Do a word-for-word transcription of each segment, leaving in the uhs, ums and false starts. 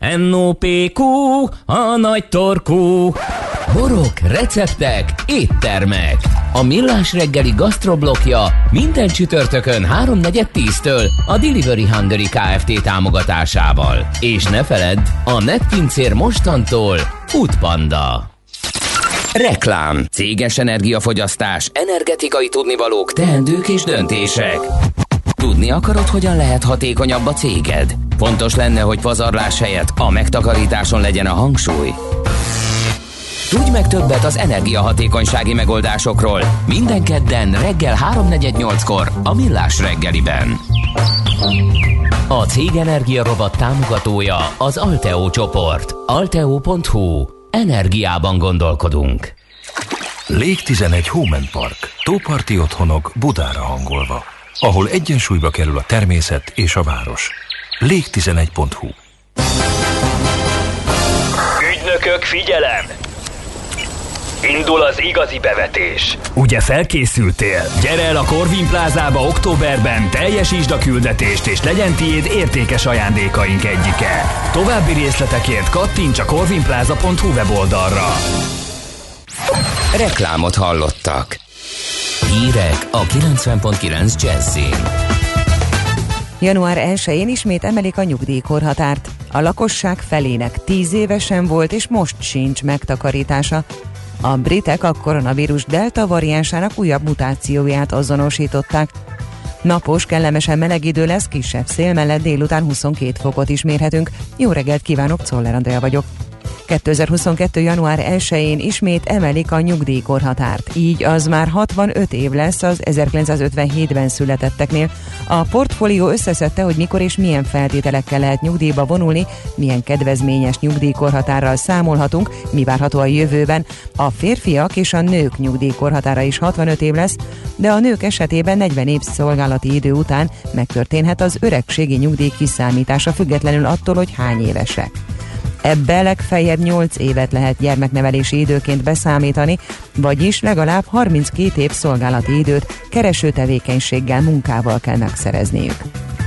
en o pé kú, a nagy torkú. Borok, receptek, éttermek. A Millás reggeli gasztroblokja minden csütörtökön háromnegyed tíztől a Delivery Hungary Kft. Támogatásával. És ne feledd, a netpincér mostantól Foodpanda. Reklám. Céges energiafogyasztás, energetikai tudnivalók, teendők és döntések. Tudni akarod, hogyan lehet hatékonyabb a céged? Fontos lenne, hogy pazarlás helyett a megtakarításon legyen a hangsúly. Tudj meg többet az energiahatékonysági megoldásokról minden kedden reggel háromnegyed nyolckor a Millás reggeliben. A Cég Energia Robot támogatója az Alteo csoport. alteo pont hu. Energiában gondolkodunk. Lég tizenegy Hómen Park. Tóparti otthonok Budára hangolva, ahol egyensúlyba kerül a természet és a város. lég tizenegy pont hu. Ügynökök, figyelem! Indul az igazi bevetés. Ugye felkészültél? Gyere el a Corvin plázába októberben, teljesítsd a küldetést, és legyen tiéd értékes ajándékaink egyike. További részletekért kattints a corvinplaza pont hu weboldalra. Reklámot hallottak. Hírek a kilencven pont kilenc Jazzin. január elsején ismét emelik a nyugdíjkorhatárt. A lakosság felének tíz évesen volt, és most sincs megtakarítása. A britek a koronavírus delta variánsának újabb mutációját azonosították. Napos, kellemesen meleg idő lesz, kisebb szél mellett délután huszonkét fokot is mérhetünk. Jó reggelt kívánok, Czoller Andrea vagyok. kétezer-huszonkettő. január elsején ismét emelik a nyugdíjkorhatárt, így az már hatvanöt év lesz az ezerkilencszázötvenhétben születetteknél. A portfólió összeszedte, hogy mikor és milyen feltételekkel lehet nyugdíjba vonulni, milyen kedvezményes nyugdíjkorhatárral számolhatunk, mi várható a jövőben. A férfiak és a nők nyugdíjkorhatára is hatvanöt év lesz, de a nők esetében negyven év szolgálati idő után megtörténhet az öregségi nyugdíj kiszámítása, függetlenül attól, hogy hány évesek. Ebbe legfeljebb nyolc évet lehet gyermeknevelési időként beszámítani, vagyis legalább harminckét év szolgálati időt kereső tevékenységgel, munkával kell megszerezniük.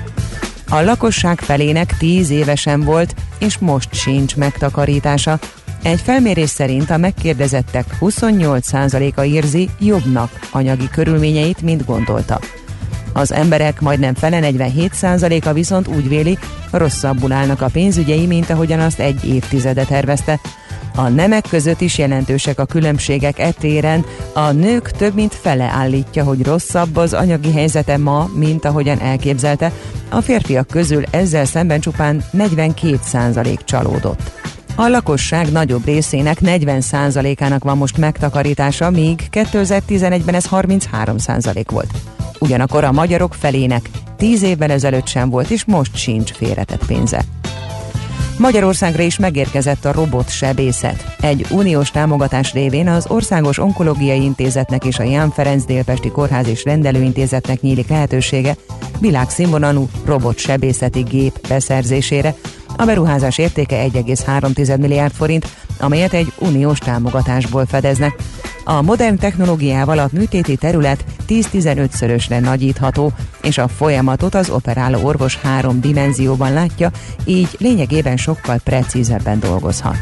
A lakosság felének tíz évesen volt, és most sincs megtakarítása. Egy felmérés szerint a megkérdezettek huszonnyolc százaléka érzi jobbnak anyagi körülményeit, mint gondolta. Az emberek majdnem fele, negyvenhét százaléka viszont úgy véli, rosszabbul állnak a pénzügyei, mint ahogyan azt egy évtizede tervezte. A nemek között is jelentősek a különbségek e téren. A nők több mint fele állítja, hogy rosszabb az anyagi helyzete ma, mint ahogyan elképzelte. A férfiak közül ezzel szemben csupán negyvenkét százalék csalódott. A lakosság nagyobb részének, negyven százalékának van most megtakarítása, míg kétezer-tizenegyben ez harminchárom százalék volt. Ugyanakkor a magyarok felének tíz évvel ezelőtt sem volt, és most sincs félretett pénze. Magyarországra is megérkezett a robotsebészet. Egy uniós támogatás révén az Országos Onkológiai Intézetnek és a Ján Ferenc Délpesti Kórház és Rendelőintézetnek nyílik lehetősége világszínvonalú robotsebészeti gép beszerzésére. A beruházás értéke egy egész három milliárd forint, amelyet egy uniós támogatásból fedeznek. A modern technológiával a műtéti terület tíz-tizenötszörösre nagyítható, és a folyamatot az operáló orvos három dimenzióban látja, így lényegében sokkal precízebben dolgozhat.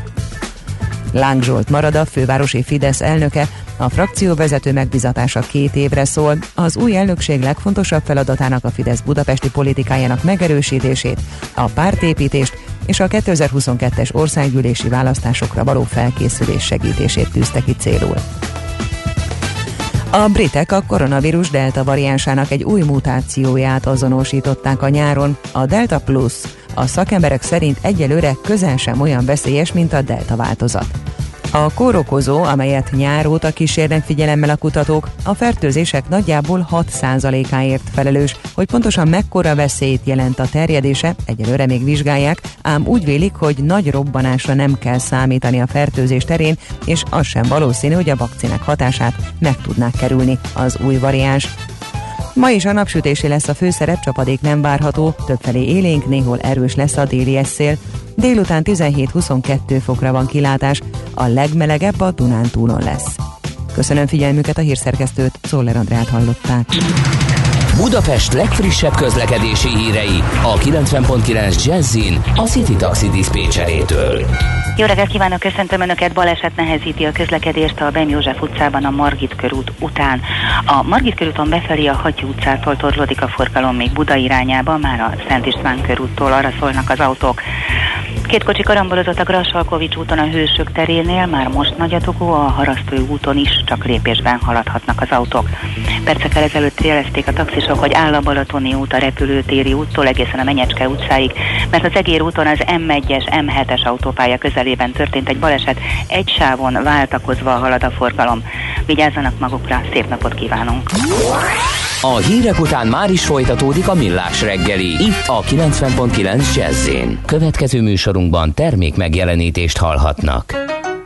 Láng Zsolt marad a fővárosi Fidesz elnöke, a frakcióvezető megbizatása két évre szól. Az új elnökség legfontosabb feladatának a Fidesz budapesti politikájának megerősítését, a pártépítést és a kétezer-huszonkettes országgyűlési választásokra való felkészülés segítését tűzte ki célul. A britek a koronavírus delta variánsának egy új mutációját azonosították a nyáron, a Delta Plus. A szakemberek szerint egyelőre közel sem olyan veszélyes, mint a delta változat. A kórokozó, amelyet nyár óta kísérnek figyelemmel a kutatók, a fertőzések nagyjából hat százalékáért felelős. Hogy pontosan mekkora veszélyt jelent a terjedése, egyelőre még vizsgálják, ám úgy vélik, hogy nagy robbanásra nem kell számítani a fertőzés terén, és az sem valószínű, hogy a vakcinák hatását meg tudnák kerülni az új variáns. Ma is a napsütésé lesz a főszerep, csapadék nem várható, többfelé élénk, néhol erős lesz a déli szél. Délután tizenhét-huszonkettő fokra van kilátás, a legmelegebb a Dunántúlon lesz. Köszönöm figyelmüket, a hírszerkesztőt, Czoller Andrát hallották. Budapest legfrissebb közlekedési hírei a kilencven pont kilenc Jazzin a City Taxi diszpécserétől. Jó reggelt kívánok, köszöntöm Önöket! Baleset nehezíti a közlekedést a Bem József utcában a Margit körút után. A Margit körúton befelé a Hattyú utcától torlódik a forgalom még Buda irányába, már a Szent István körúttól arra szólnak az autók. Két kocsi karambolozott a Grassalkovics úton a Hősök terénél, már most nagy a dugó, a Harasztő úton is csak lépésben haladhatnak az autók. Percekkel ezelőtt jelezték a taxisok, hogy áll a Balatoni út a repülőtéri úttól egészen a Menyecske utcáig, mert az Egér úton az em egyes, em hetes autópálya közelében történt egy baleset, egy sávon váltakozva halad a forgalom. Vigyázzanak magukra, szép napot kívánunk! A hírek után már is folytatódik a Millás reggeli, itt a kilencven pont kilenc Jazzin. Következő műsorunkban termék megjelenítést hallhatnak.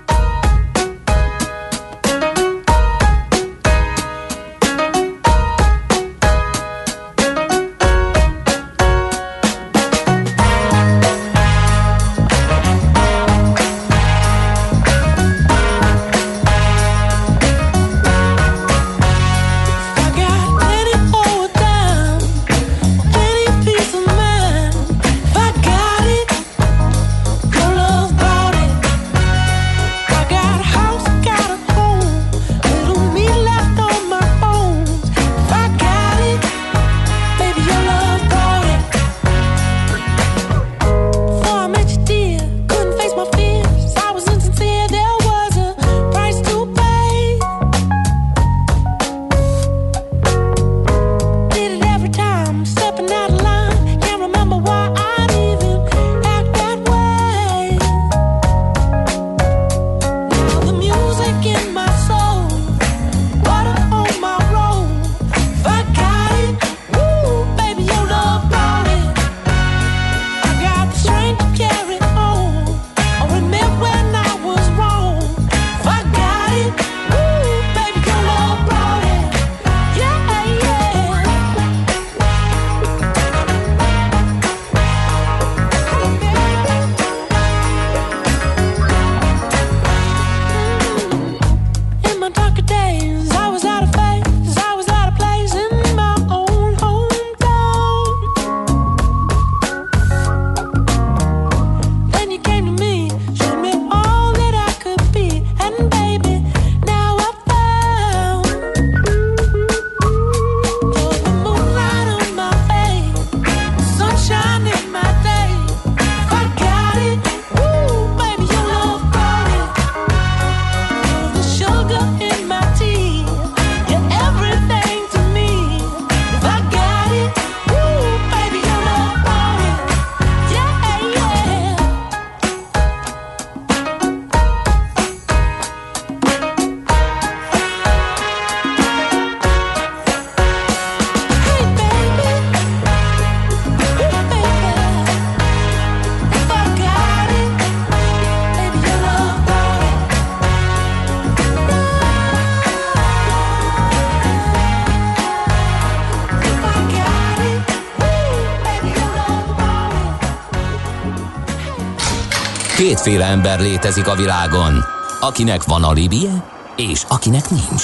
Kétféle ember létezik a világon, akinek van alibije, és akinek nincs.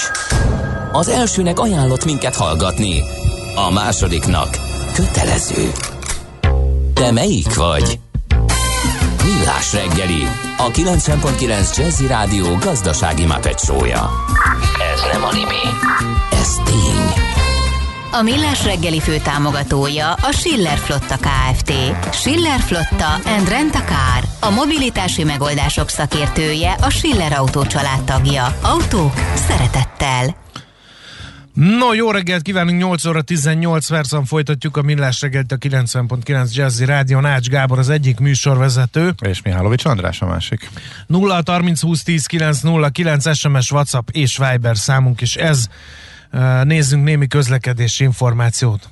Az elsőnek ajánlott minket hallgatni, a másodiknak kötelező. Te melyik vagy? Millás reggeli, a kilencven pont kilenc Jazzy Rádió gazdasági Muppet show-ja. Ez nem anime, ez tény. A Millás reggeli főtámogatója a Schiller Flotta Kft. Schiller Flotta and Rent a Car. A mobilitási megoldások szakértője, a Schiller Autó család tagja. Autók szeretettel. No, jó reggelt kívánunk, nyolc óra tizennyolc percen folytatjuk a Millás reggelt a kilencven pont kilenc Jazzy Rádió. Ács Gábor az egyik műsorvezető. És Mihálovics András a másik. nulla harminc húsz tíz kilenc nulla kilenc es em es, WhatsApp és Viber számunk is ez. Nézzünk némi közlekedési információt.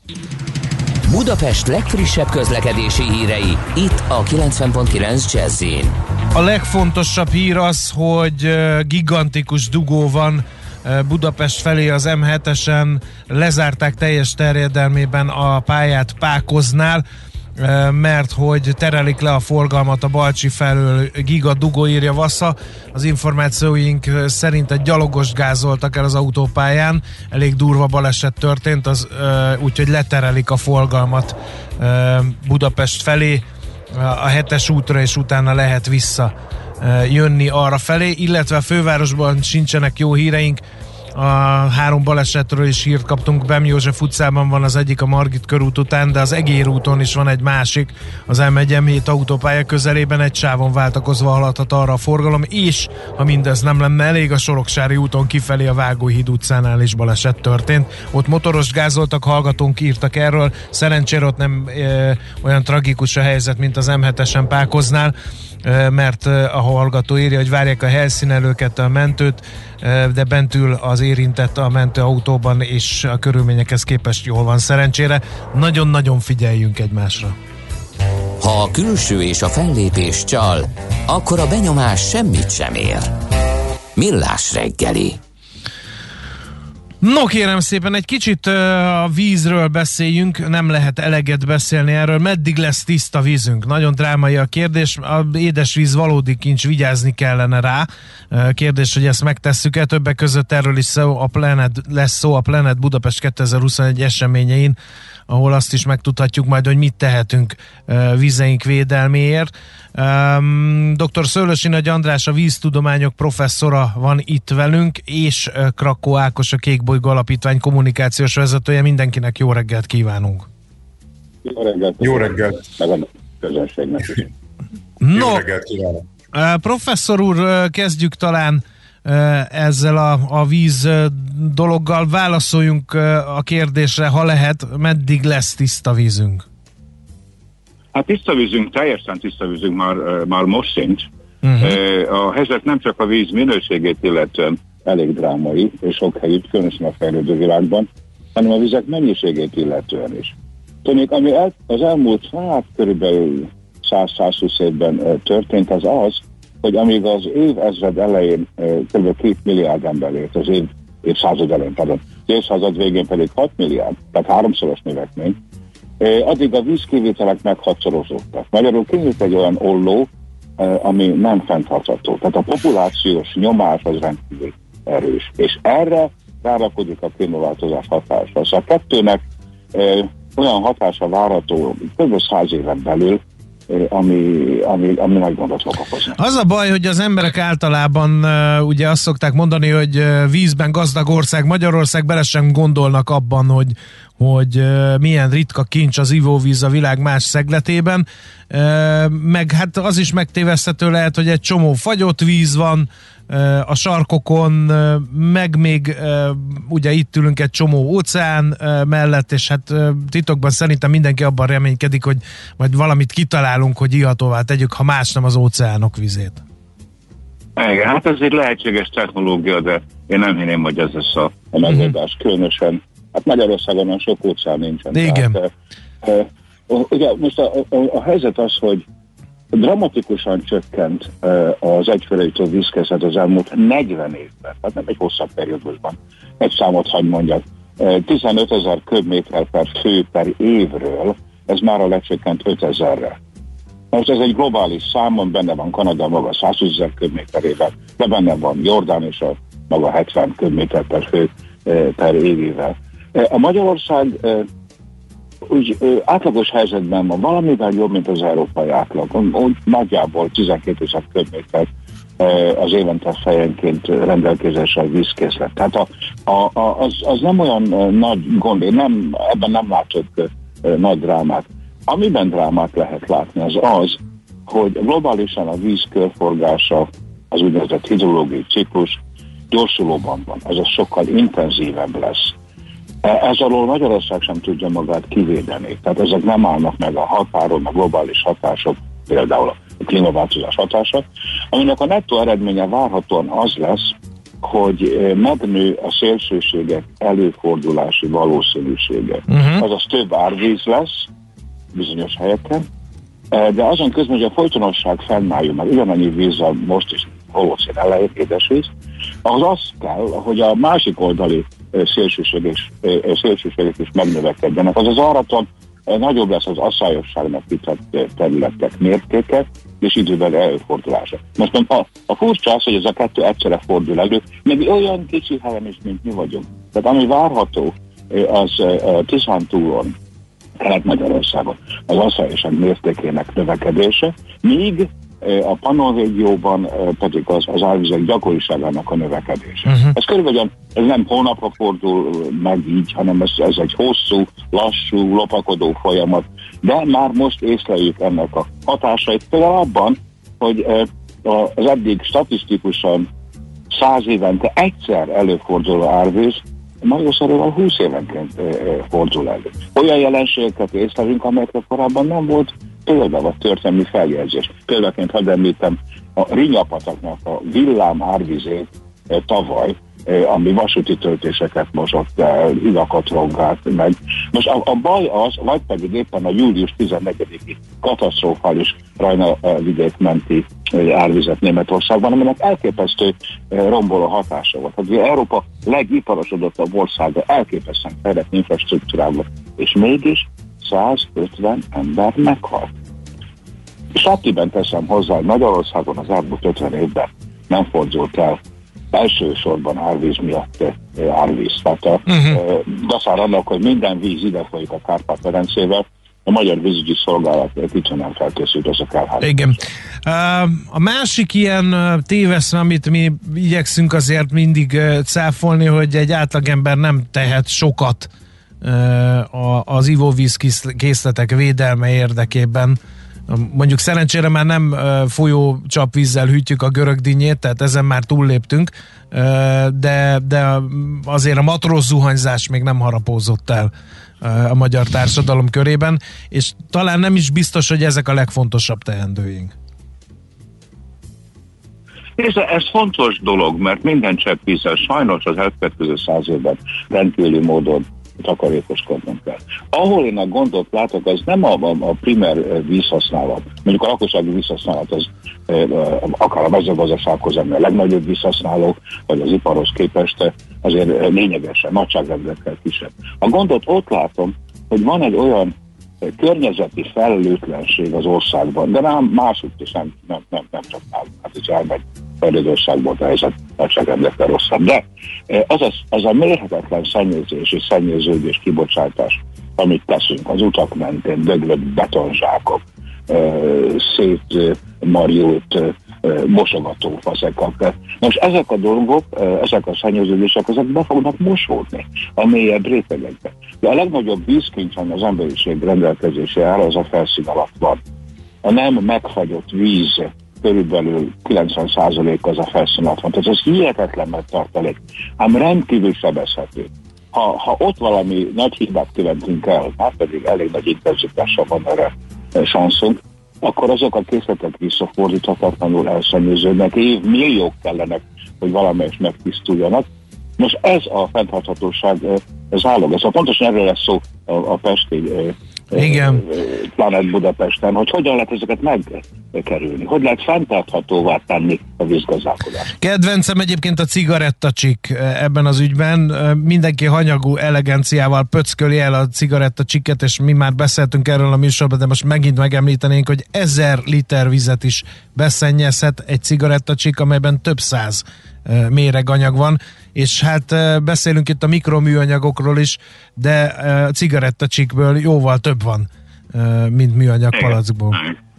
Budapest legfrissebb közlekedési hírei, itt a kilencven pont kilenc Jazzin. A legfontosabb hír az, hogy gigantikus dugó van Budapest felé az em hetesen, lezárták teljes terjedelmében a pályát Pákoznál. mert hogy terelik le a forgalmat a Balcsi felől. Giga Dugó írja Vassza. Az információink szerint egy gyalogost gázoltak el az autópályán. Elég durva baleset történt, az, úgyhogy leterelik a forgalmat Budapest felé a hetes útra, és utána lehet vissza jönni arra felé, illetve a fővárosban sincsenek jó híreink. A három balesetről is hírt kaptunk. Bem József utcában van az egyik a Margit körút után, de az Egér úton is van egy másik, az em egy em hét autópálya közelében, egy sávon váltakozva haladhat arra a forgalom, és ha mindez nem lenne elég, a Soroksári úton kifelé a Vágóhíd utcánál is baleset történt. Ott motorost gázoltak, hallgatónk írtak erről, szerencsére ott nem e, olyan tragikus a helyzet, mint az em hetesen Pákoznál, mert a hallgató írja, hogy várják a helyszínelőket, a mentőt, de bentül az érintett a mentőautóban, és a körülményekhez képest jól van szerencsére. Nagyon-nagyon figyeljünk egymásra. Ha a külső és a fellépés csal, akkor a benyomás semmit sem ér. Millás reggeli. No kérem szépen, egy kicsit uh, a vízről beszéljünk, nem lehet eleget beszélni erről. Meddig lesz tiszta vízünk? Nagyon drámai a kérdés, a édesvíz valódi kincs, vigyázni kellene rá. Uh, kérdés, hogy ezt megtesszük-e, többek között erről is szó a Planet, lesz szó a Planet Budapest kétezer-huszonegy eseményein, ahol azt is megtudhatjuk majd, hogy mit tehetünk uh, vízeink védelméért. Um, dr. Szőlősi Nagy András, a víztudományok professzora van itt velünk, és uh, Krakó Ákos, a Kékbolygó Alapítvány kommunikációs vezetője. Mindenkinek jó reggelt kívánunk! Jó reggelt! Jó reggelt! Meg a közönségnek is. No, jó reggelt kívánok! Uh, professzor úr, uh, kezdjük talán ezzel a, a víz dologgal. Válaszoljunk a kérdésre, ha lehet, meddig lesz tiszta vízünk? Hát tiszta vízünk, teljesen tiszta vízünk már, már most sincs. Uh-huh. A helyzet nem csak a víz minőségét illetően elég drámai, és sok helyütt, különösen a fejlődő világban, hanem a vizek mennyiségét illetően is. Tudnék, ami el, az elmúlt, hát körülbelül száz-százhúsz évben történt, az az, hogy amíg az évezred elején kb. két milliárd ember élt, az év, évszázad elején, pardon, az évszázad végén pedig hat milliárd, tehát háromszoros növekmény, addig a vízkivételek meghatszorozódtak. Magyarul kinyílt egy olyan olló, ami nem fenntartható. Tehát a populációs nyomás az rendkívül erős. És erre rárakodik a klímaváltozás hatása. Szóval a kettőnek olyan hatása várható kb. száz éven belül, ami, ami, ami nagy gondot fog okozni. Az a baj, hogy az emberek általában uh, ugye azt szokták mondani, hogy uh, vízben gazdag ország Magyarország, bele sem gondolnak abban, hogy, hogy uh, milyen ritka kincs az ivóvíz a világ más szegletében, uh, meg hát az is megtéveszthető lehet, hogy egy csomó fagyott víz van a sarkokon, meg még ugye itt ülünk egy csomó óceán mellett, és hát titokban szerintem mindenki abban reménykedik, hogy majd valamit kitalálunk, hogy ihatóvá tegyük, ha más nem az óceánok vizét. Igen, hát ez egy lehetséges technológia, de én nem hinném, hogy ez lesz a, a megoldás. Uh-huh. Különösen, hát Magyarországon olyan sok óceán nincsen. Igen. Tehát, uh, uh, ugye most a, a, a helyzet az, hogy dramatikusan csökkent uh, az egyfőre jutó vízkészlet az elmúlt negyven évben, tehát nem egy hosszabb periódusban. Egy számot hadd mondjak. Uh, tizenötezer köbméter per fő per évről, ez már a lecsökkent ötezerre. Most ez egy globális számon, benne van Kanada maga százhúszezer köbméter éve, de benne van Jordán és a maga hetven köbméter per fő uh, per évével. Uh, a Magyarország uh, úgy ö, átlagos helyzetben van, valamivel jobb, mint az európai átlag. Úgy nagyjából tizenkétezer köbméter az évente fejenként rendelkezésre a vízkészlet. Tehát a, a, a, az, az nem olyan ö, nagy gond, én nem, ebben nem látok ö, ö, nagy drámát. Amiben drámát lehet látni, az az, hogy globálisan a víz körforgása, az úgynevezett hidrológiai ciklus gyorsulóban van, azaz sokkal intenzívebb lesz. Ez alól Magyarország sem tudja magát kivédeni. Tehát ezek nem állnak meg a határon, a globális hatások, például a klímaváltozás hatása, aminek a nettó eredménye várhatóan az lesz, hogy megnő a szélsőségek előfordulási valószínűsége. Uh-huh. Azaz több árvíz lesz bizonyos helyeken, de azon közben, hogy a folytonosság fennálljon, meg ugyanannyi vízzel most is holocén elejét, édesvíz, az az kell, hogy a másik oldali szélsőségek is, szélsőségek is megnövekedjenek. Az az áraton nagyobb lesz az aszályosságnak kitett területek mértéke, és időben előfordulása. Most a, a furcsa az, hogy ez a kettő egyszerre fordul elő, még olyan kicsi helyen is, mint mi vagyunk. Tehát ami várható, az Tiszántúlon, Kelet-Magyarországon az aszályosság mértékének növekedése, míg a Pannon régióban pedig az, az árvizek gyakoriságának a növekedése. Uh-huh. Ez körülbelül ez nem hónapra fordul meg így, hanem ez, ez egy hosszú, lassú, lopakodó folyamat, de már most észleljük ennek a hatásait. Például abban, hogy az eddig statisztikusan száz évente egyszer előforduló árvíz Magyarországon húsz évenként fordul elő. Olyan jelenségeket észlelünk, amelyekre korábban nem volt példa vagy történelmi feljegyzés. Példaként hadd említem a Rinya-pataknak a villám árvizét tavaly, ami vasúti töltéseket mosott el, hidakat rongált meg. Most a, a baj az, vagy pedig éppen a július tizennegyediki katasztrofális Rajna vidék menti árvizet Németországban, aminek elképesztő romboló hatása volt. Hát Európa legiparosodottabb országa elképesztően fejlett infrastruktúrával, és mégis százötven ember meghalt. Statiben teszem hozzá, hogy Magyarországon az elmúlt ötven évben nem fordult el elsősorban árvíz miatt árvíz. Tehát a uh-huh. dacára annak, hogy minden víz ide folyik a Kárpát-medencével, a Magyar Vízügyi Szolgálat kicsit nem felkészült azok elhárításra. Igen. A másik ilyen téveszme, amit mi igyekszünk azért mindig cáfolni, hogy egy átlagember nem tehet sokat az ivóvíz készletek védelme érdekében. Mondjuk szerencsére már nem folyó csapvízzel hűtjük a görögdínyét, tehát ezen már túlléptünk, de, de azért a matróz zuhanyzás még nem harapózott el a magyar társadalom körében, és talán nem is biztos, hogy ezek a legfontosabb teendőink. Ez, ez fontos dolog, mert minden csepp vízzel sajnos az elkövetkező száz évben rendkívüli módon takarékoskodnunk kell. Ahol én a gondot látok, az nem a, a, a primer vízhasználat. Mondjuk a lakossági vízhasználat az e, e, akár a mezőgazdasághoz, ami a legnagyobb vízhasználó, vagy az iparhoz képest azért lényegesen, nagyságrendekkel kisebb. A gondot ott látom, hogy van egy olyan környezeti felelőtlenség az országban, de nem másutt is, nem, nem, nem, nem csak nálunk. Hát is elmegy Fejlődországból a helyzet nagyságrendekkel rosszabb. De az, az, az a mérhetetlen szennyezés és szennyeződés kibocsátás, amit teszünk az utak mentén, döglött betonzsákok, szétmarjult mosogatófaszekak. Most ezek a dolgok, ezek a szennyeződések, ezek be fognak mosódni a mélyebb rétegekbe. De a legnagyobb vízkincs, ami az emberiség rendelkezésre áll, az a felszín alatt van. A nem megfagyott víz körülbelül kilencven százalék az a felszín alatt van. Tehát ez hihetetlen megtartalék, ám rendkívül sebezhető. Ha, ha ott valami nagy hibát követünk el, már pedig elég nagy intenzitással van erre sanszunk, akkor azok a készletek visszafordíthatatlanul elszennyeződnek, év milliók kellenek, hogy valamelyest megtisztuljanak. Most ez a fenntarthatóság zálog. Ez a pontosan erről lesz szó a, a pesti Igen. Planet Budapesten, hogy hogyan lehet ezeket megkerülni, hogy lehet fenntarthatóvá tenni a vízgazdálkodást. Kedvencem egyébként a cigarettacsik ebben az ügyben. Mindenki hanyagú eleganciával pöcköli el a cigarettacsiket, és mi már beszéltünk erről a műsorban, de most megint megemlítenénk, hogy ezer liter vizet is beszennyezhet egy cigarettacsik, amelyben több száz méreganyag van, és hát beszélünk itt a mikroműanyagokról is, de a cigarettacsikből jóval több van, mint műanyag palackból.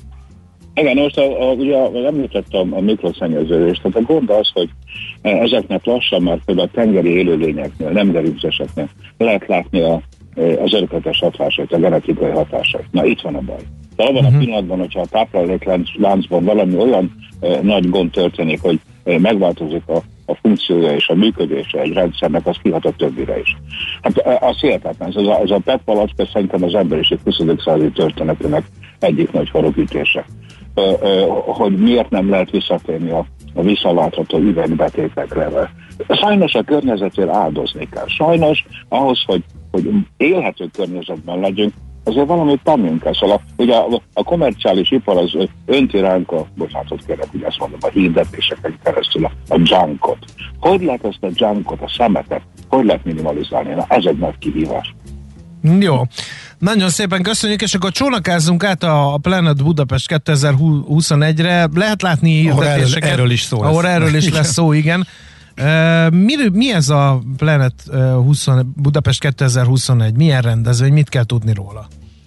Igen, most a, a, ugye említettem a mikroszennyeződést, tehát a gond az, hogy ezeknek lassan már például a tengeri élőlényeknél, nem derűbzeseknél lehet látni a, az örökötes hatásait, a genetikai hatásait. Na, itt van a baj. De abban uh-huh. a pillanatban, hogyha a táplálékláncban valami olyan eh, nagy gond történik, hogy eh, megváltozik a, a funkciója és a működése egy rendszernek, az kihat a többire is. Hát eh, az hihetetlen. Ez a, ez a pé e té palacka szerintem az emberiség huszadik századi történetének egyik nagy horogütése. Eh, eh, hogy miért nem lehet visszatérni a, a visszaváltható üvegbetétekre. Sajnos a környezetért áldozni kell. Sajnos ahhoz, hogy, hogy élhető környezetben legyünk, azért valamit tennünk kell. Szóval ugye a, a kommerciális ipar az önti ránk a, bocsánatot kérek, ugye azt mondom, a hirdetéseken keresztül a, a junkot. Hogy lehet ezt a junkot, a szemetet, hogy lehet minimalizálni? Na, ez egy nagy kihívás. Jó. Nagyon szépen köszönjük, és akkor csónakázzunk át a Planet Budapest kétezer-huszonegyre. Lehet látni hirdetéseket. Erről, erről is szó Ahol lesz. erről is lesz szó, igen. Uh, mi, mi ez a Planet uh, húsz, Budapest kétezer-huszonegy? Milyen rendezvény? Mit kell tudni róla?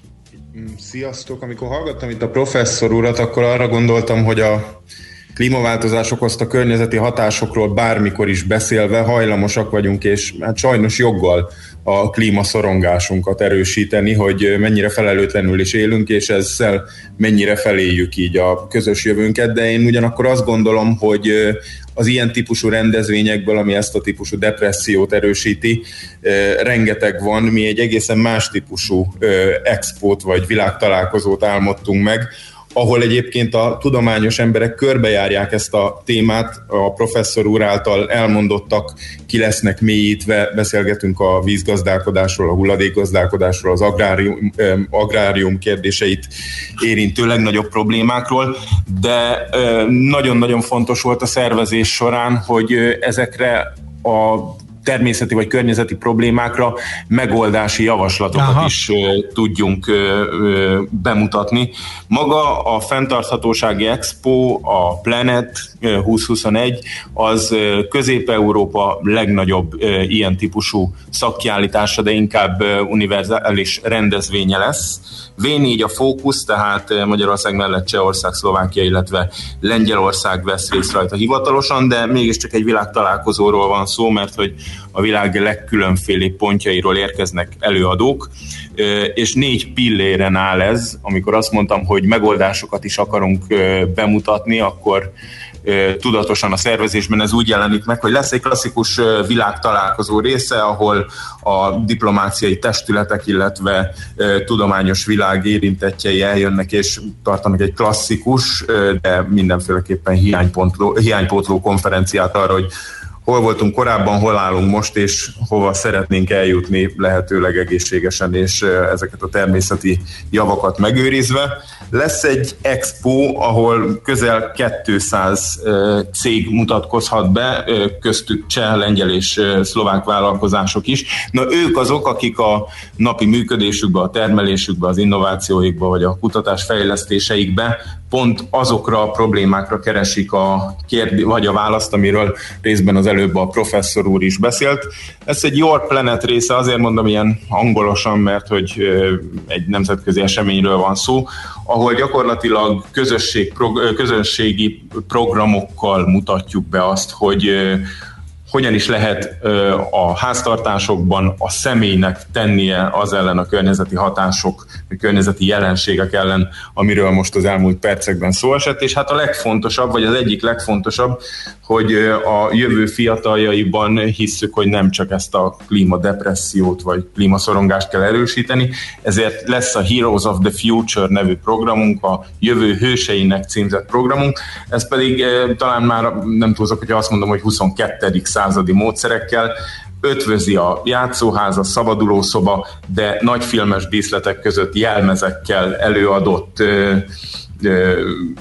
Sziasztok! Amikor hallgattam itt a professzor urat, akkor arra gondoltam, hogy a klímaváltozás okozta környezeti hatásokról bármikor is beszélve hajlamosak vagyunk, és hát sajnos joggal a klímaszorongásunkat erősíteni, hogy mennyire felelőtlenül is élünk, és ezzel mennyire feléljük így a közös jövőnket, de én ugyanakkor azt gondolom, hogy az ilyen típusú rendezvényekből, ami ezt a típusú depressziót erősíti, rengeteg van. Mi egy egészen más típusú expót vagy világtalálkozót álmodtunk meg, ahol egyébként a tudományos emberek körbejárják ezt a témát, a professzor úr által elmondottak ki lesznek mélyítve, beszélgetünk a vízgazdálkodásról, a hulladékgazdálkodásról, az agrárium, agrárium kérdéseit érintő legnagyobb problémákról, de nagyon-nagyon fontos volt a szervezés során, hogy ezekre a természeti vagy környezeti problémákra megoldási javaslatokat Aha. is uh, tudjunk uh, uh, bemutatni. Maga a Fenntarthatósági Expo, a Planet uh, húsz-huszonegy, az uh, Közép-Európa legnagyobb uh, ilyen típusú szakkiállítása, de inkább uh, univerzális rendezvénye lesz. vé négy a fókusz, tehát Magyarország mellett Csehország, Szlovákia, illetve Lengyelország vesz részt rajta hivatalosan, de mégiscsak egy világtalálkozóról van szó, mert hogy a világ legkülönfélébb pontjairól érkeznek előadók, és négy pilléren áll ez. Amikor azt mondtam, hogy megoldásokat is akarunk bemutatni, akkor tudatosan a szervezésben ez úgy jelenik meg, hogy lesz egy klasszikus világtalálkozó része, ahol a diplomáciai testületek, illetve tudományos világ érintettjei eljönnek és tartanak egy klasszikus, de mindenféleképpen hiánypótló, hiánypótló konferenciát arra, hogy hol voltunk korábban, hol állunk most, és hova szeretnénk eljutni lehetőleg egészségesen, és ezeket a természeti javakat megőrizve. Lesz egy expo, ahol közel kétszáz cég mutatkozhat be, köztük cseh, lengyel és szlovák vállalkozások is. Na, ők azok, akik a napi működésükbe, a termelésükbe, az innovációikba, vagy a kutatás fejlesztéseikbe pont azokra a problémákra keresik a kérdé- vagy a választ, amiről részben az előbb a professzor úr is beszélt. Ez egy Your Planet része, azért mondom ilyen angolosan, mert hogy egy nemzetközi eseményről van szó, ahol gyakorlatilag közösség, közönségi programokkal mutatjuk be azt, hogy hogyan is lehet a háztartásokban a személynek tennie az ellen a környezeti hatások, a környezeti jelenségek ellen, amiről most az elmúlt percekben szó esett, és hát a legfontosabb, vagy az egyik legfontosabb, hogy a jövő fiataljaiban hisszük, hogy nem csak ezt a klímadepressziót vagy klímaszorongást kell erősíteni, ezért lesz a Heroes of the Future nevű programunk, a jövő hőseinek címzett programunk, ez pedig talán már nem túlzok, hogy azt mondom, hogy huszonkettedik századi módszerekkel ötvözi a játszóház, a szabadulószoba, de nagy filmes díszletek között jelmezekkel előadott ö, ö,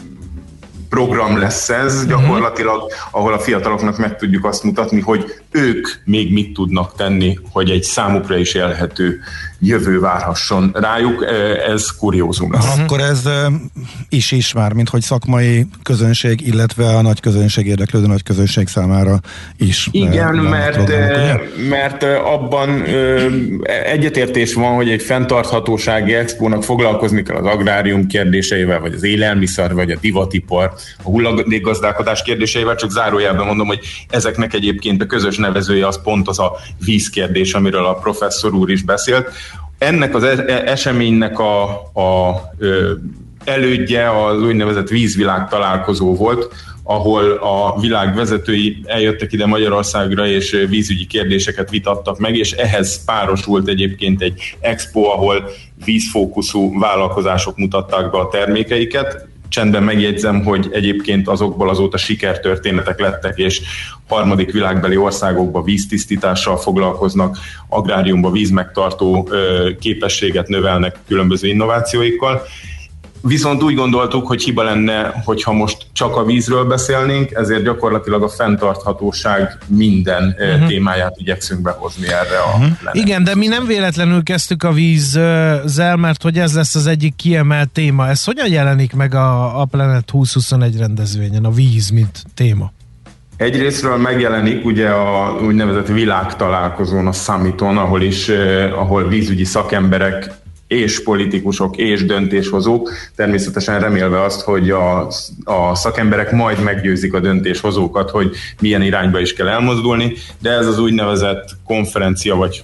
program lesz ez gyakorlatilag, ahol a fiataloknak meg tudjuk azt mutatni, hogy ők még mit tudnak tenni, hogy egy számukra is élhető jövő várhasson rájuk. Ez kuriózum lesz. Akkor ez is is már, mint hogy szakmai közönség, illetve a nagy közönség érdeklődő nagy közönség számára is. Igen, mert, mert abban egyetértés van, hogy egy fenntarthatósági expónak foglalkozni kell az agrárium kérdéseivel, vagy az élelmiszer, vagy a divatipar, a hulladékgazdálkodás kérdéseivel, csak zárójelben mondom, hogy ezeknek egyébként a közös nevezője az pont az a vízkérdés, amiről a professzor úr is beszélt. Ennek az eseménynek a, a ö, elődje az úgynevezett vízvilág találkozó volt, ahol a világ vezetői eljöttek ide Magyarországra, és vízügyi kérdéseket vitattak meg, és ehhez párosult egyébként egy expo, ahol vízfókuszú vállalkozások mutatták be a termékeiket. Csendben megjegyzem, hogy egyébként azokból azóta sikertörténetek lettek, és harmadik világbeli országokban víztisztítással foglalkoznak, agráriumban vízmegtartó képességet növelnek különböző innovációikkal. Viszont úgy gondoltuk, hogy hiba lenne, hogyha most csak a vízről beszélnénk, ezért gyakorlatilag a fenntarthatóság minden uh-huh. témáját igyekszünk behozni erre a uh-huh. Igen, de mi nem véletlenül kezdtük a vízzel, mert hogy ez lesz az egyik kiemelt téma. Ez hogyan jelenik meg a, a Planet húsz-huszonegy rendezvényen, a víz, mint téma? Egyrésztről megjelenik ugye a úgynevezett világtalálkozón, a summiton, ahol is, eh, ahol vízügyi szakemberek és politikusok és döntéshozók, természetesen remélve azt, hogy a, a szakemberek majd meggyőzik a döntéshozókat, hogy milyen irányba is kell elmozdulni, de ez az úgynevezett konferencia, vagy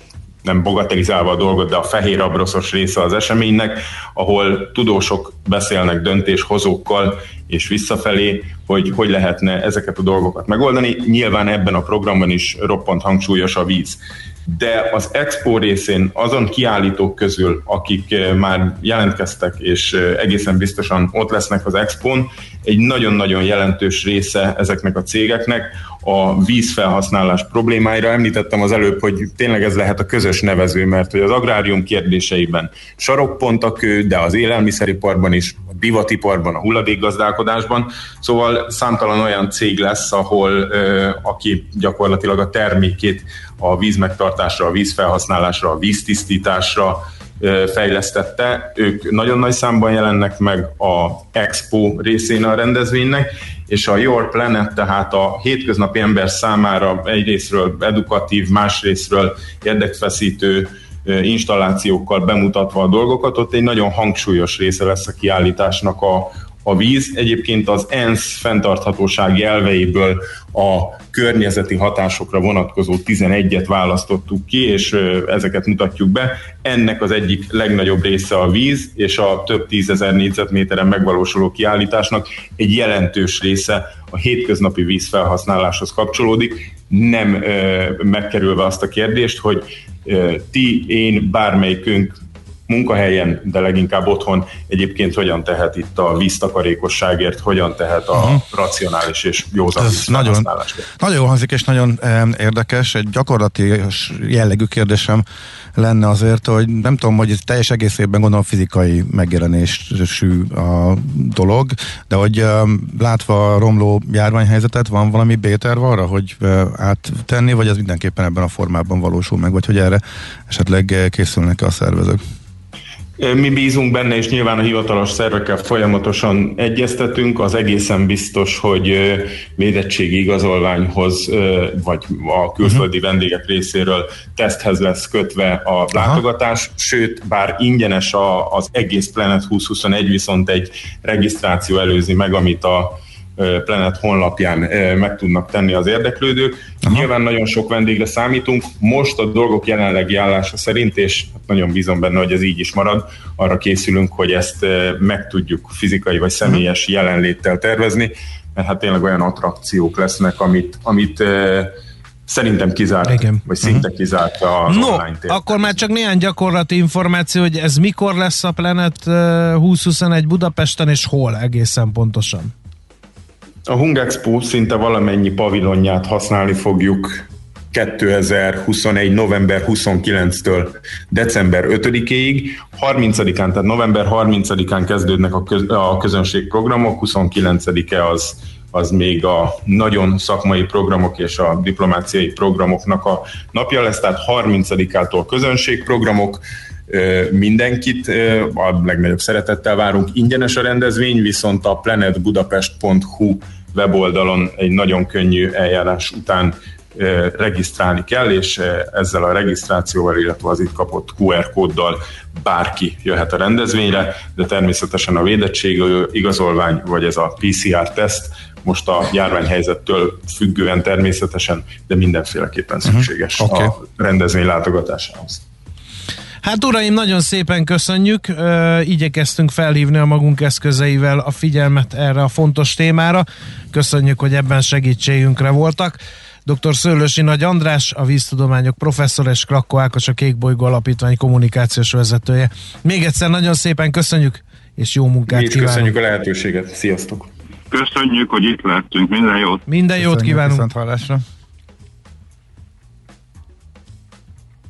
nem bagatelizálva a dolgot, de a fehér abroszos része az eseménynek, ahol tudósok beszélnek döntéshozókkal és visszafelé, hogy hogy lehetne ezeket a dolgokat megoldani. Nyilván ebben a programban is roppant hangsúlyos a víz. De az Expo részén azon kiállítók közül, akik már jelentkeztek, és egészen biztosan ott lesznek az Expón, egy nagyon-nagyon jelentős része ezeknek a cégeknek a vízfelhasználás problémáira. Említettem az előbb, hogy tényleg ez lehet a közös nevező, mert hogy az agrárium kérdéseiben sarokpont a kő, de az élelmiszeriparban is, a divatiparban, a hulladékgazdálkodásban. Szóval számtalan olyan cég lesz, ahol aki gyakorlatilag a termékét a vízmegtartásra, a vízfelhasználásra, a víztisztításra fejlesztette. Ők nagyon nagy számban jelennek meg a Expo részén a rendezvénynek, és a Your Planet, tehát a hétköznapi ember számára egyrészről edukatív, másrészről érdekfeszítő installációkkal bemutatva a dolgokat, ott egy nagyon hangsúlyos része lesz a kiállításnak a, a víz. Egyébként az ENSZ fenntarthatósági elveiből a környezeti hatásokra vonatkozó tizenegyet választottuk ki, és ezeket mutatjuk be. Ennek az egyik legnagyobb része a víz, és a több tízezer négyzetméteren megvalósuló kiállításnak egy jelentős része a hétköznapi vízfelhasználáshoz kapcsolódik, nem ö, megkerülve azt a kérdést, hogy ö, ti, én, bármelyikünk munkahelyen, de leginkább otthon egyébként hogyan tehet itt a víztakarékosságért, hogyan tehet a uh-huh. racionális és józan vízfelhasználásért. Nagyon jól hangzik és nagyon eh, érdekes. Egy gyakorlati jellegű kérdésem lenne azért, hogy nem tudom, hogy ez teljes egészében gondolom fizikai megjelenésű a dolog, de hogy eh, látva a romló járványhelyzetet, van valami B-terv arra, hogy eh, áttenni, vagy ez mindenképpen ebben a formában valósul meg, vagy hogy erre esetleg készülnek a szervezők? Mi bízunk benne, és nyilván a hivatalos szervekkel folyamatosan egyeztetünk. Az egészen biztos, hogy védettségi igazolványhoz, vagy a külföldi vendégek részéről teszthez lesz kötve a látogatás. Aha. Sőt, bár ingyenes az egész Planet húsz-huszonegy, viszont egy regisztráció előzi meg, amit a Planet honlapján meg tudnak tenni az érdeklődők. Aha. Nyilván nagyon sok vendégre számítunk. Most a dolgok jelenlegi állása szerint, és nagyon bízom benne, hogy ez így is marad, arra készülünk, hogy ezt meg tudjuk fizikai vagy személyes Aha. jelenléttel tervezni, mert hát tényleg olyan attrakciók lesznek, amit, amit szerintem kizárt, Igen. vagy szinte uh-huh. kizárt az no, online tér. Akkor már csak néhány gyakorlati információ, hogy ez mikor lesz a Planet húsz-huszonegy Budapesten, és hol egészen pontosan? A Hungexpo szinte valamennyi pavilonját használni fogjuk kétezer-huszonegy. november huszonkilencedikétől december ötödikéig. harmincadikán, tehát november harmincadikán kezdődnek a, köz, a közönségprogramok, huszonkilencedike az, az még a nagyon szakmai programok és a diplomáciai programoknak a napja lesz, tehát harmincadikától közönségprogramok, mindenkit a legnagyobb szeretettel várunk. Ingyenes a rendezvény, viszont a planetbudapest pont hu weboldalon egy nagyon könnyű eljárás után regisztrálni kell, és ezzel a regisztrációval, illetve az itt kapott kú er kóddal bárki jöhet a rendezvényre, de természetesen a védettségi igazolvány, vagy ez a pé cé er teszt most a járványhelyzettől függően természetesen, de mindenféleképpen szükséges uh-huh. okay. a rendezvény látogatásához. Hát uraim, nagyon szépen köszönjük, Ö, igyekeztünk felhívni a magunk eszközeivel a figyelmet erre a fontos témára. Köszönjük, hogy ebben segítségünkre voltak. dr. Szőlősi Nagy András, a víztudományok professzor, és Krakkó Ákos, a Kékbolygó Alapítvány kommunikációs vezetője. Még egyszer nagyon szépen köszönjük, és jó munkát kívánunk. Köszönjük a lehetőséget, sziasztok! Köszönjük, hogy itt lettünk, minden jót! Minden jót köszönjük, kívánunk! Viszont hallásra!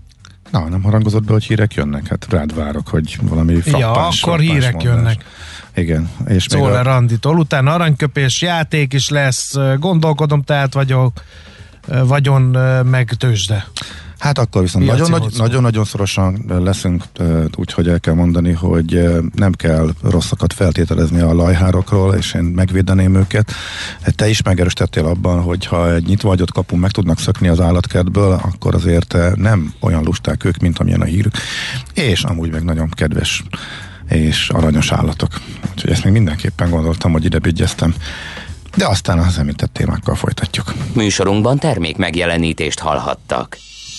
Na, nem harangozott be, hogy hírek jönnek? Hát rád várok, hogy valami frappáns. Ja, akkor hírek mondás. jönnek. Igen. És Szóval a... Randitól. Utána aranyköpés, játék is lesz, gondolkodom, tehát vagyok, vagyon meg tőzsde. Hát akkor viszont nagyon-nagyon szorosan leszünk, úgyhogy el kell mondani, hogy nem kell rosszakat feltételezni a lajhárokról, és én megvédeném őket. Te is megerősítettél abban, hogy ha egy nyitva hagyott kapun meg tudnak szökni az állatkertből, akkor azért nem olyan lusták ők, mint amilyen a hírük. És amúgy meg nagyon kedves és aranyos állatok. Úgyhogy ezt még mindenképpen gondoltam, hogy ide bigyeztem. De aztán az említett témákkal folytatjuk. Műsorunkban termék megjelenítést hallhattak.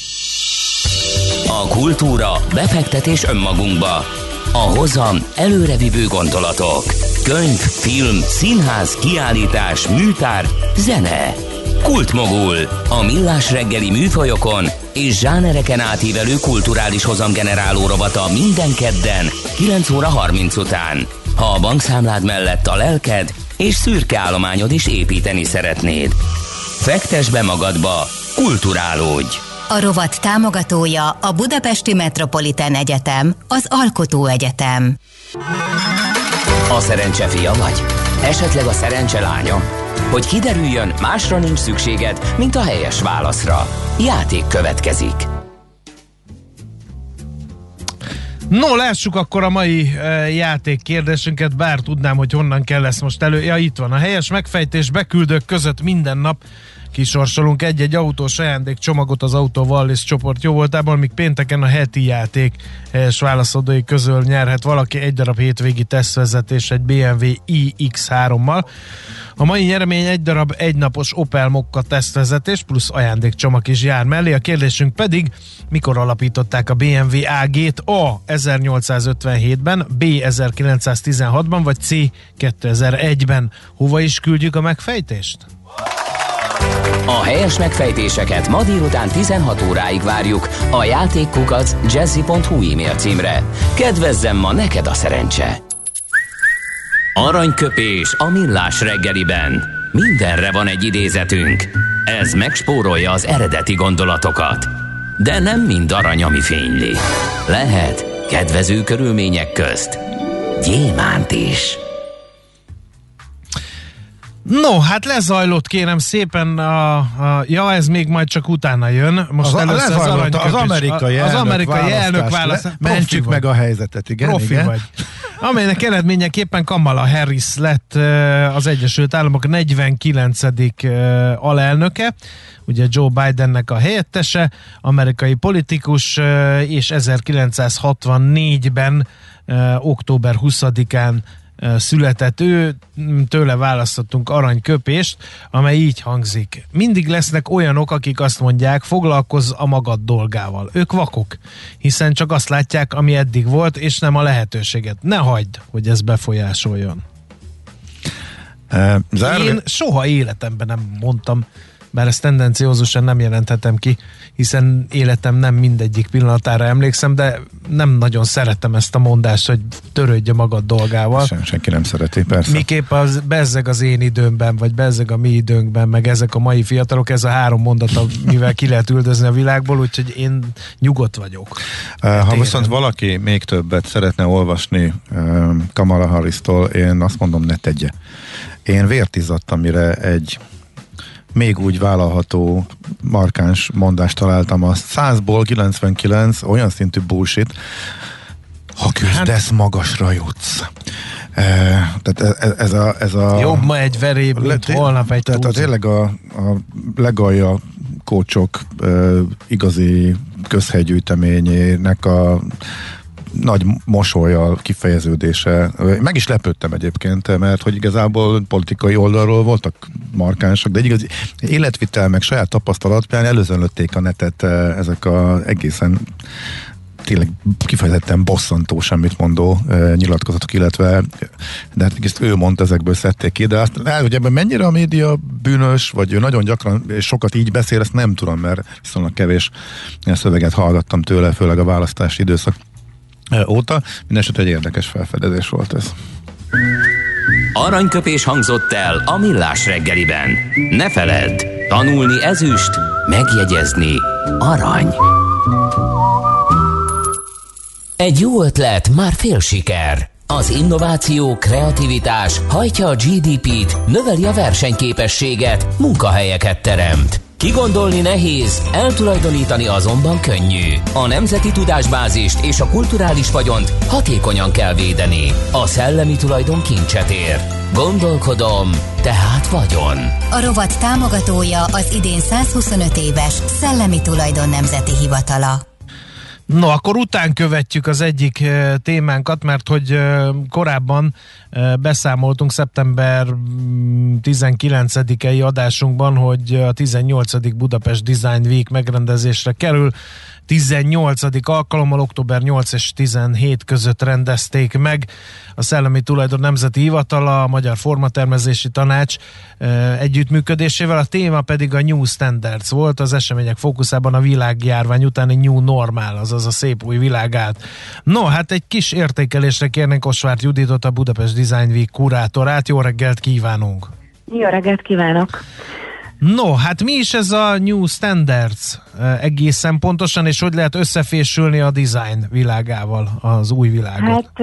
A kultúra, befektetés önmagunkba. A hozam előrevívő gondolatok. Könyv, film, színház, kiállítás, műtár, zene. Kultmogul. A millás reggeli műfajokon és zsánereken átívelő kulturális hozamgeneráló rovata minden kedden kilenc óra harminc után. Ha a bankszámlád mellett a lelked és szürke állományod is építeni szeretnéd. Fektess be magadba, kulturálódj! A rovat támogatója a Budapesti Metropolitán Egyetem, az Alkotó Egyetem. A szerencse fia vagy? Esetleg a szerencse lánya? Hogy kiderüljön, másra nincs szükséged, mint a helyes válaszra. Játék következik. No, lássuk akkor a mai e, játék kérdésünket, bár tudnám, hogy honnan kell ezt most elő. Ja, itt van. A helyes megfejtés beküldők között minden nap kisorsolunk egy-egy autós ajándékcsomagot az Auto Wallis csoport jóvoltából, míg pénteken a heti játék helyes válaszadói közül nyerhet valaki egy darab hétvégi tesztvezetés egy bé em vé i iksz hárommal. A mai nyeremény egy darab egynapos Opel Mokka tesztvezetés plusz ajándékcsomag is jár mellé. A kérdésünk pedig, mikor alapították a bé em vé á gét? A. ezernyolcszázötvenhétben, B. ezerkilencszáztizenhatban, vagy C. kétezer-egyben. Hova is küldjük a megfejtést? A helyes megfejtéseket ma délután tizenhat óráig várjuk a játékkukac jazzy pont hu e-mail címre. Kedvezzem ma neked a szerencse! Aranyköpés a millás reggeliben. Mindenre van egy idézetünk. Ez megspórolja az eredeti gondolatokat. De nem mind arany, ami fényli. Lehet kedvező körülmények közt gyémánt is. No, hát lezajlott kérem szépen a, a ja, ez még majd csak utána jön. Most az, először az, az, az amerikai az elnök amerikai elnök választás. Mentsük meg a helyzetet, igen. Profi igen. vagy. Amelynek eredményeképpen Kamala Harris lett az Egyesült Államok negyvenkilencedik alelnöke, ugye Joe Bidennek a helyettese, amerikai politikus, és ezerkilencszázhatvannégyben október huszadikán született ő, tőle választottunk aranyköpést, amely így hangzik. Mindig lesznek olyanok, akik azt mondják, foglalkozz a magad dolgával. Ők vakok, hiszen csak azt látják, ami eddig volt, és nem a lehetőséget. Ne hagyd, hogy ez befolyásoljon. Uh, zárva... Én soha életemben nem mondtam, bár ezt tendenciózusan nem jelenthetem ki, hiszen életem nem mindegyik pillanatára emlékszem, de nem nagyon szeretem ezt a mondást, hogy törődje magad dolgával. Sem, senki nem szereti, persze. Miképp az, bezzeg az én időmben, vagy bezzeg a mi időnkben, meg ezek a mai fiatalok, ez a három mondat, mivel ki lehet üldözni a világból, úgyhogy én nyugodt vagyok. Uh, ha viszont valaki még többet szeretne olvasni uh, Kamala Harris-tól, én azt mondom, ne tegye. Én vért izzadtam, mire egy még úgy vállalható markáns mondást találtam, a százból kilencvenkilenc olyan szintű bullshit, ha küzdesz, magasra jutsz. E, tehát ez, ez, a, ez a... Jobb ma egy veréb, mint le, holnap egy Tehát a, tényleg a, a legalja kócsok e, igazi közhelygyűjteményének a nagy mosollyal kifejeződése. Meg is lepődtem egyébként, mert hogy igazából politikai oldalról voltak markánsak, de egy igaz életvitel meg saját tapasztalatban előzönlötték a netet ezek az egészen tényleg kifejezetten bosszantó, semmit mondó e, nyilatkozatok, illetve de hát ezt ő mondta, ezekből szedték ki, de azt, hogy ebben mennyire a média bűnös, vagy ő nagyon gyakran és sokat így beszél, ezt nem tudom, mert viszonylag kevés szöveget hallgattam tőle, főleg a választási időszak óta. Mindenesetre egy érdekes felfedezés volt ez. Aranyköpés hangzott el a millás reggeliben. Ne feledd, tanulni ezüst, megjegyezni arany. Egy jó ötlet, már fél siker. Az innováció, kreativitás hajtja a gé dé pét, növeli a versenyképességet, munkahelyeket teremt. Kigondolni nehéz, eltulajdonítani azonban könnyű. A nemzeti tudásbázist és a kulturális vagyont hatékonyan kell védeni. A szellemi tulajdon kincset ér. Gondolkodom, tehát vagyon. A rovat támogatója az idén százhuszonöt éves Szellemi Tulajdon Nemzeti Hivatala. No, akkor után követjük az egyik témánkat, mert hogy korábban beszámoltunk szeptember tizenkilencedikei adásunkban, hogy a tizennyolcadik Budapest Design Week megrendezésre kerül. tizennyolcadik alkalommal október nyolc és tizenhét között rendezték meg a Szellemi Tulajdon Nemzeti Hivatala, a Magyar Formatervezési Tanács együttműködésével. A téma pedig a New Standards volt, az események fókuszában a világjárvány utáni New Normal, azaz a szép új világ állt. No, hát egy kis értékelésre kérnénk Osváth Juditot, a Budapest Design Week kurátorát. Jó reggelt kívánunk! Jó reggelt kívánok! No, hát mi is ez a New Standards egészen pontosan, és hogy lehet összefésülni a design világával, az új világot? Hát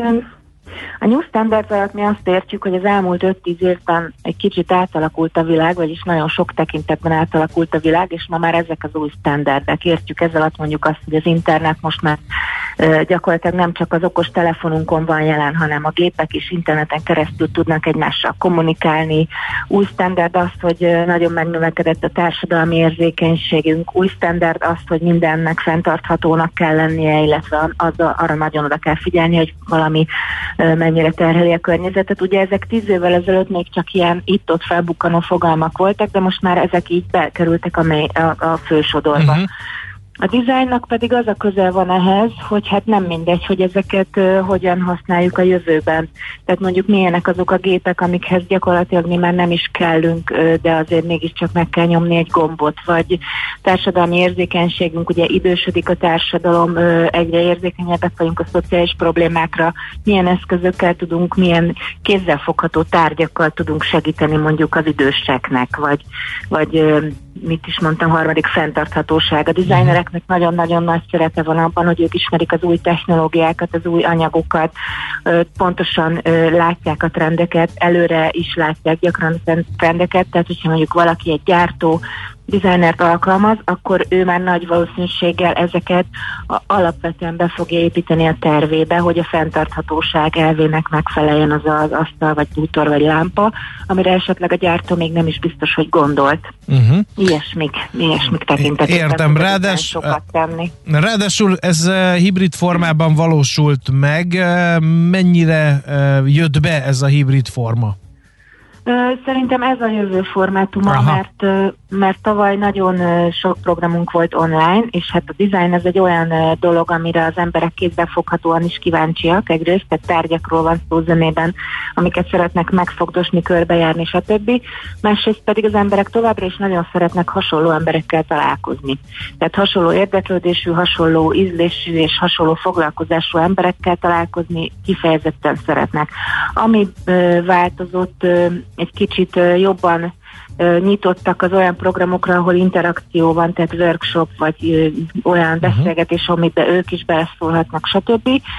a New Standards alatt mi azt értjük, hogy az elmúlt öt-tíz évben egy kicsit átalakult a világ, vagyis nagyon sok tekintetben átalakult a világ, és ma már ezek az új standardek. Értjük ez alatt mondjuk azt, hogy az internet most már gyakorlatilag nem csak az okos telefonunkon van jelen, hanem a gépek is interneten keresztül tudnak egymással kommunikálni. Új standard az, hogy nagyon megnövekedett a társadalmi érzékenységünk. Új standard az, hogy mindennek fenntarthatónak kell lennie, illetve az, arra nagyon oda kell figyelni, hogy valami mennyire terheli a környezetet. Ugye ezek tíz évvel ezelőtt még csak ilyen itt-ott felbukkanó fogalmak voltak, de most már ezek így bekerültek a, mely, a, a fősodorba. Uh-huh. A dizájnnak pedig az a közel van ehhez, hogy hát nem mindegy, hogy ezeket uh, hogyan használjuk a jövőben. Tehát mondjuk milyenek azok a gépek, amikhez gyakorlatilag mi már nem is kellünk, uh, de azért mégiscsak meg kell nyomni egy gombot, vagy társadalmi érzékenységünk, ugye idősödik a társadalom, uh, egyre érzékenyebbek vagyunk a szociális problémákra, milyen eszközökkel tudunk, milyen kézzelfogható tárgyakkal tudunk segíteni mondjuk az időseknek, vagy, vagy uh, mit is mondtam, harmadik fenntarthatóság. A designereknek nagyon-nagyon nagy szerepe van abban, hogy ők ismerik az új technológiákat, az új anyagokat, pontosan látják a trendeket, előre is látják gyakran a trendeket, tehát hogyha mondjuk valaki egy gyártó, designert alkalmaz, akkor ő már nagy valószínűséggel ezeket alapvetően be fogja építeni a tervébe, hogy a fenntarthatóság elvének megfeleljen az az asztal, vagy bútor, vagy lámpa, amire esetleg a gyártó még nem is biztos, hogy gondolt. Uh-huh. Ilyesmik, ilyesmik tekintetében. Értem, ráadás, sokat tenni. Ráadásul ez hibrid formában valósult meg. Mennyire jött be ez a hibrid forma? Szerintem ez a jövő formátuma, mert, mert tavaly nagyon sok programunk volt online, és hát a design ez egy olyan dolog, amire az emberek kézzelfoghatóan is kíváncsiak, egyrészt, tehát tárgyakról van szó zömében, amiket szeretnek megfogdosni, körbejárni, stb. Másrészt pedig az emberek továbbra is nagyon szeretnek hasonló emberekkel találkozni. Tehát hasonló érdeklődésű, hasonló ízlésű és hasonló foglalkozású emberekkel találkozni kifejezetten szeretnek. Ami ö, változott, ö, egy kicsit jobban uh, nyitottak az olyan programokra, ahol interakció van, tehát workshop, vagy uh, olyan uh-huh. beszélgetés, amiben ők is beleszólhatnak, stb. Uh,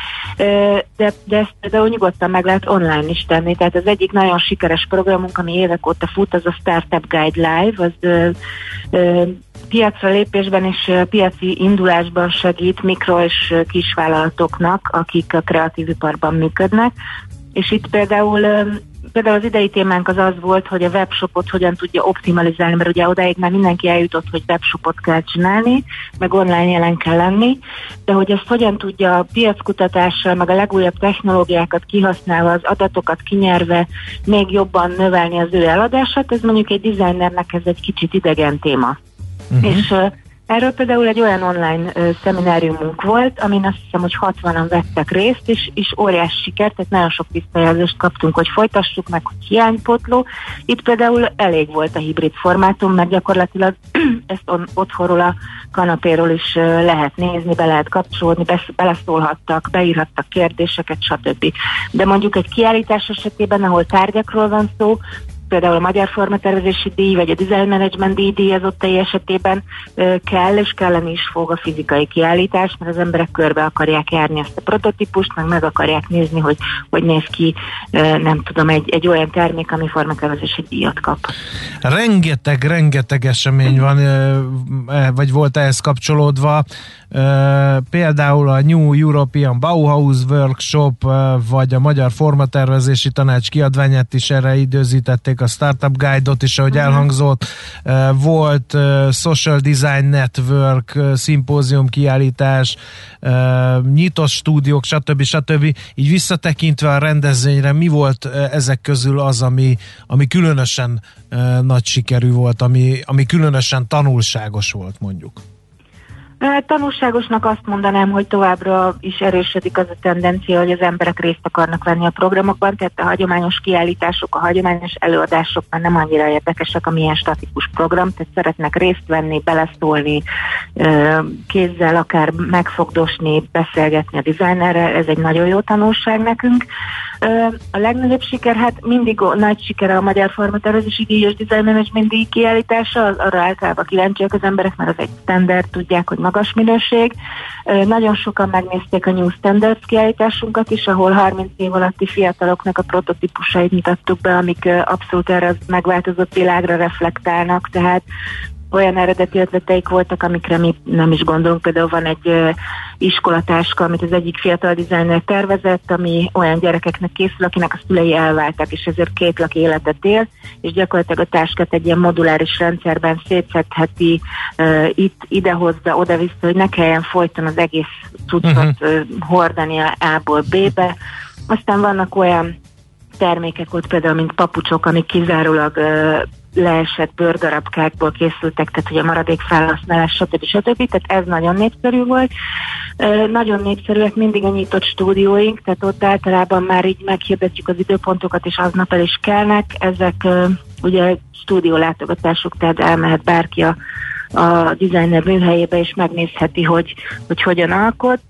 de, de ezt például nyugodtan meg lehet online is tenni. Tehát az egyik nagyon sikeres programunk, ami évek óta fut, az a Startup Guide Live, az uh, uh, piacra lépésben és uh, piaci indulásban segít mikro- és uh, kisvállalatoknak, akik a kreatív iparban működnek. És itt például Például az idei témánk az az volt, hogy a webshopot hogyan tudja optimalizálni, mert ugye odáig már mindenki eljutott, hogy webshopot kell csinálni, meg online jelen kell lenni, de hogy ezt hogyan tudja a piackutatással, meg a legújabb technológiákat kihasználva, az adatokat kinyerve még jobban növelni az ő eladását, ez mondjuk egy designernek ez egy kicsit idegen téma. Uh-huh. És uh, erről például egy olyan online uh, szemináriumunk volt, amin azt hiszem, hogy hatvanan vettek részt, és, és óriás sikert, tehát nagyon sok visszajelzést kaptunk, hogy folytassuk meg, hogy hiánypotló. Itt például elég volt a hibrid formátum, mert gyakorlatilag ezt on, otthonról a kanapéról is uh, lehet nézni, be lehet kapcsolódni, besz, beleszólhattak, beírhattak kérdéseket, stb. De mondjuk egy kiállítás esetében, ahol tárgyakról van szó, például a Magyar Formatervezési Díj, vagy a Design Management díj díjazottai esetében kell, és kelleni is fog a fizikai kiállítás, mert az emberek körbe akarják járni ezt a prototípust, meg meg akarják nézni, hogy hogy néz ki, nem tudom, egy, egy olyan termék, ami formatervezési díjat kap. Rengeteg, rengeteg esemény van, vagy volt ehhez kapcsolódva. Például a New European Bauhaus Workshop, vagy a Magyar Formatervezési Tanács kiadványát is erre időzítették, a Startup Guide-ot is, ahogy elhangzott. Volt Social Design Network, szimpózium kiállítás, nyitott stúdiók, stb. stb. Így visszatekintve a rendezvényre, mi volt ezek közül az, ami, ami különösen nagy sikerű volt, ami, ami különösen tanulságos volt, mondjuk? Tanulságosnak azt mondanám, hogy továbbra is erősödik az a tendencia, hogy az emberek részt akarnak venni a programokban, tehát a hagyományos kiállítások, a hagyományos előadások már nem annyira érdekesek, amilyen statikus program, tehát szeretnek részt venni, beleszólni, kézzel akár megfogdosni, beszélgetni a designerrel, ez egy nagyon jó tanulság nekünk. A legnagyobb siker, hát mindig nagy siker a Magyar Formatervezési Díj és Design Management díj kiállítása, arra általában kíváncsiak az emberek, mert az egy standard, tudják, hogy magas minőség. Nagyon sokan megnézték a New Standards kiállításunkat is, ahol harminc év alatti fiataloknak a prototípusait mutattuk be, amik abszolút erre a megváltozott világra reflektálnak, tehát olyan eredeti ötleteik voltak, amikre mi nem is gondolunk. Például van egy uh, iskolatáska, amit az egyik fiatal designer tervezett, ami olyan gyerekeknek készül, akinek a szülei elváltak, és ezért kétlak életet él, és gyakorlatilag a táskát egy ilyen moduláris rendszerben szétszedheti, uh, itt idehozza, oda-vissza, hogy ne kelljen folyton az egész cuccot uh-huh. uh, hordani a A-ból B-be. Aztán vannak olyan termékek ott például, mint papucsok, amik kizárólag uh, leesett bőrdarabkákból készültek, tehát hogy a maradék felhasználás, stb. stb. Tehát ez nagyon népszerű volt. E, nagyon népszerűek mindig a nyitott stúdióink, tehát ott általában már így meghirdetjük az időpontokat, és aznap el is kelnek. Ezek e, ugye stúdiólátogatások, tehát elmehet bárki a, a designer műhelyébe, és megnézheti, hogy, hogy hogyan alkot.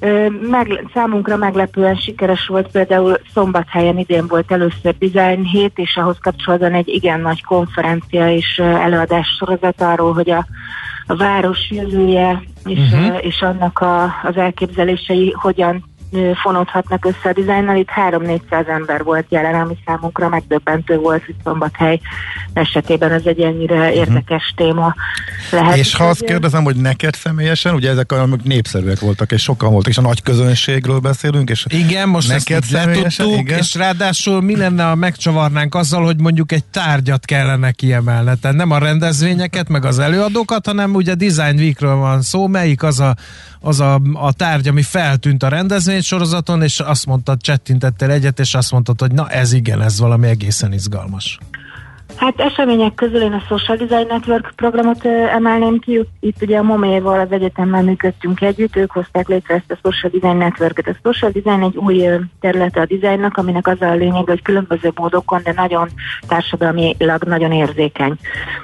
Meg, számunkra meglepően sikeres volt, például Szombathelyen idén volt először Design hét, és ahhoz kapcsolatban egy igen nagy konferencia és előadás sorozat arról, hogy a, a város jövője és, uh-huh. és annak a, az elképzelései hogyan fonódhatnak össze a dizájnnal. Itt három-négyszáz ember volt jelen, ami számunkra megdöbbentő volt, hogy Szombathely esetében ez egy ennyire érdekes téma lehet. És ha azt kérdezem, hogy neked személyesen, ugye ezek a népszerűek voltak, és sokan voltak, és a nagy közönségről beszélünk, és igen, most neked ezt letudtuk, igen. És ráadásul mi lenne, ha megcsavarnánk azzal, hogy mondjuk egy tárgyat kellene kiemelni, tehát nem a rendezvényeket, meg az előadókat, hanem ugye Design Weekről van szó, melyik az a, az a, a tárgy, ami feltűnt a rendezvény sorozaton, és azt mondtad, csettintettél egyet, és azt mondtad, hogy na ez igen, ez valami egészen izgalmas. Hát események közül én a Social Design Network programot uh, emelném ki. Itt ugye a moméval az egyetemmel működtünk együtt, ők hozták létre ezt a Social Design Networket. A Social Design egy új uh, területe a designnak, aminek az a lényeg, hogy különböző módokon, de nagyon társadalmilag nagyon érzékeny.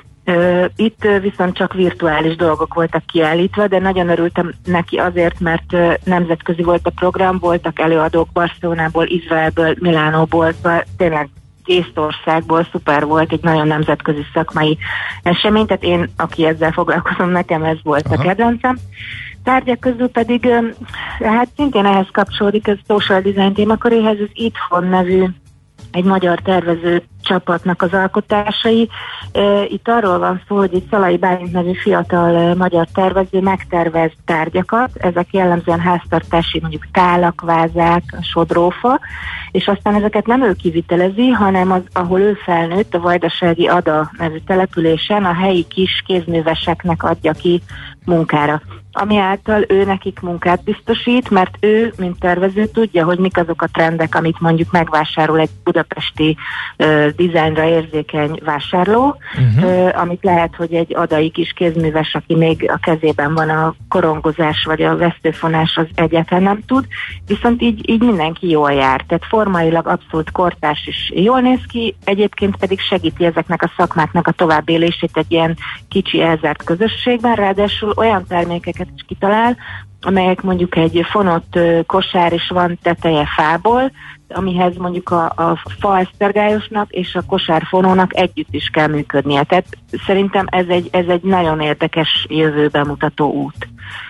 Uh, itt uh, viszont csak virtuális dolgok voltak kiállítva, de nagyon örültem neki azért, mert uh, nemzetközi volt a program, voltak előadók Barcelonából, Izraelből, Milánóból, szóval tényleg Észtországból szuper volt, egy nagyon nemzetközi szakmai esemény, tehát én, aki ezzel foglalkozom, nekem ez volt Aha. a kedvencem. Tárgyak közül pedig, hát szintén ehhez kapcsolódik, ez social design témaköréhez, az Itthon nevű egy magyar tervező csapatnak az alkotásai. Itt arról van szó, hogy egy Szalai Bálint nevű fiatal magyar tervező megtervez tárgyakat, ezek jellemzően háztartási, mondjuk tálak, vázák, sodrófa, és aztán ezeket nem ő kivitelezi, hanem az, ahol ő felnőtt, a Vajdasági Ada nevű településen a helyi kis kézműveseknek adja ki munkára, ami által ő nekik munkát biztosít, mert ő, mint tervező, tudja, hogy mik azok a trendek, amit mondjuk megvásárol egy budapesti uh, dizájnra érzékeny vásárló, uh-huh. uh, amit lehet, hogy egy adai kis kézműves, aki még a kezében van a korongozás vagy a vesztőfonás, az egyáltalán nem tud, viszont így, így mindenki jól jár, tehát formailag abszolút kortárs is jól néz ki, egyébként pedig segíti ezeknek a szakmáknak a továbbélését egy ilyen kicsi elzárt közösségben, ráadásul olyan termékeket is kitalál, amelyek mondjuk egy fonott kosár is van teteje fából, amihez mondjuk a, a fa esztergályosnak és a kosárfonónak együtt is kell működnie. Tehát szerintem ez egy, ez egy nagyon érdekes jövőbe mutató út.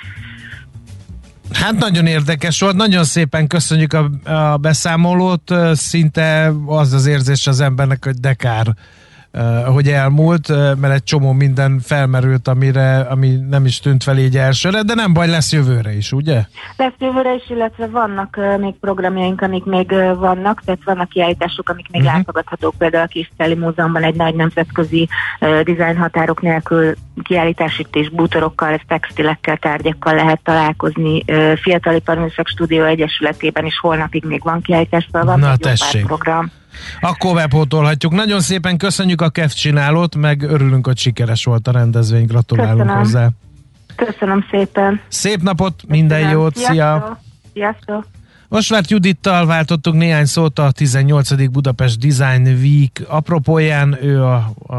Hát nagyon érdekes volt, nagyon szépen köszönjük a, a beszámolót, szinte az az érzés az embernek, hogy de kár, Uh, hogy elmúlt, uh, mert egy csomó minden felmerült, amire, ami nem is tűnt fel így elsőre, de nem baj, lesz jövőre is, ugye? Lesz jövőre is, illetve vannak uh, még programjaink, amik még uh, vannak, tehát vannak kiállítások, amik még uh-huh. látogathatók, például a Kistelli Múzeumban egy nagy nemzetközi uh, design határok nélkül kiállítás, itt is bútorokkal, textilekkel, tárgyakkal lehet találkozni. Uh, Fiatalipar Műszak Stúdió Egyesületében is holnapig még van kiállítás, szóval van Na, egy jó pár program. Akkor webhótolhatjuk. Nagyon szépen köszönjük a kedvcsinálót, meg örülünk, hogy sikeres volt a rendezvény. Gratulálunk Köszönöm. hozzá. Köszönöm szépen. Szép napot, minden Köszönöm. jót, szia! Sziasztok! Osváth Judittal váltottunk néhány szót a tizennyolcadik Budapest Design Week apropóján. Ő a, a,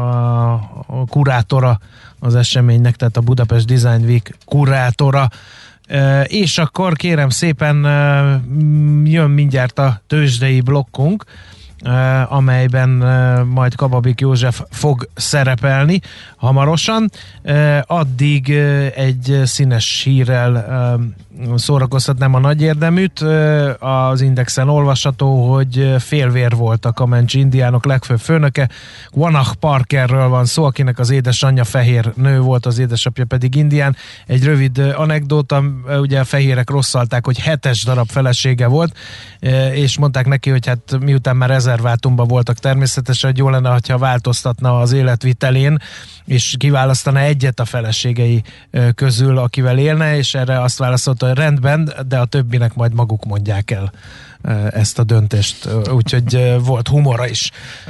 a kurátora az eseménynek, tehát a Budapest Design Week kurátora. Uh, és akkor kérem szépen uh, jön mindjárt a tőzsdei blokkunk, uh, amelyben uh, majd Kababik József fog szerepelni hamarosan. Uh, addig uh, egy színes hírrel uh, szórakoztatnám a nagy érdeműt. Uh, az Indexen olvasható, hogy félvér volt a Comanche indiánok legfőbb főnöke. Wanach Parkerről van szó, akinek az édesanyja fehér nő volt, az édesapja pedig indián. Egy rövid anekdóta, ugye a fehérek rosszalták, hogy hetes darab felesége volt, és mondták neki, hogy hát miután már rezervátumban voltak természetesen, hogy jó lenne, ha változtatna az életvitelén, és kiválasztana egyet a feleségei közül, akivel élne, és erre azt válaszolta, hogy rendben, de a többinek majd maguk mondják el ezt a döntést. Úgyhogy volt humora is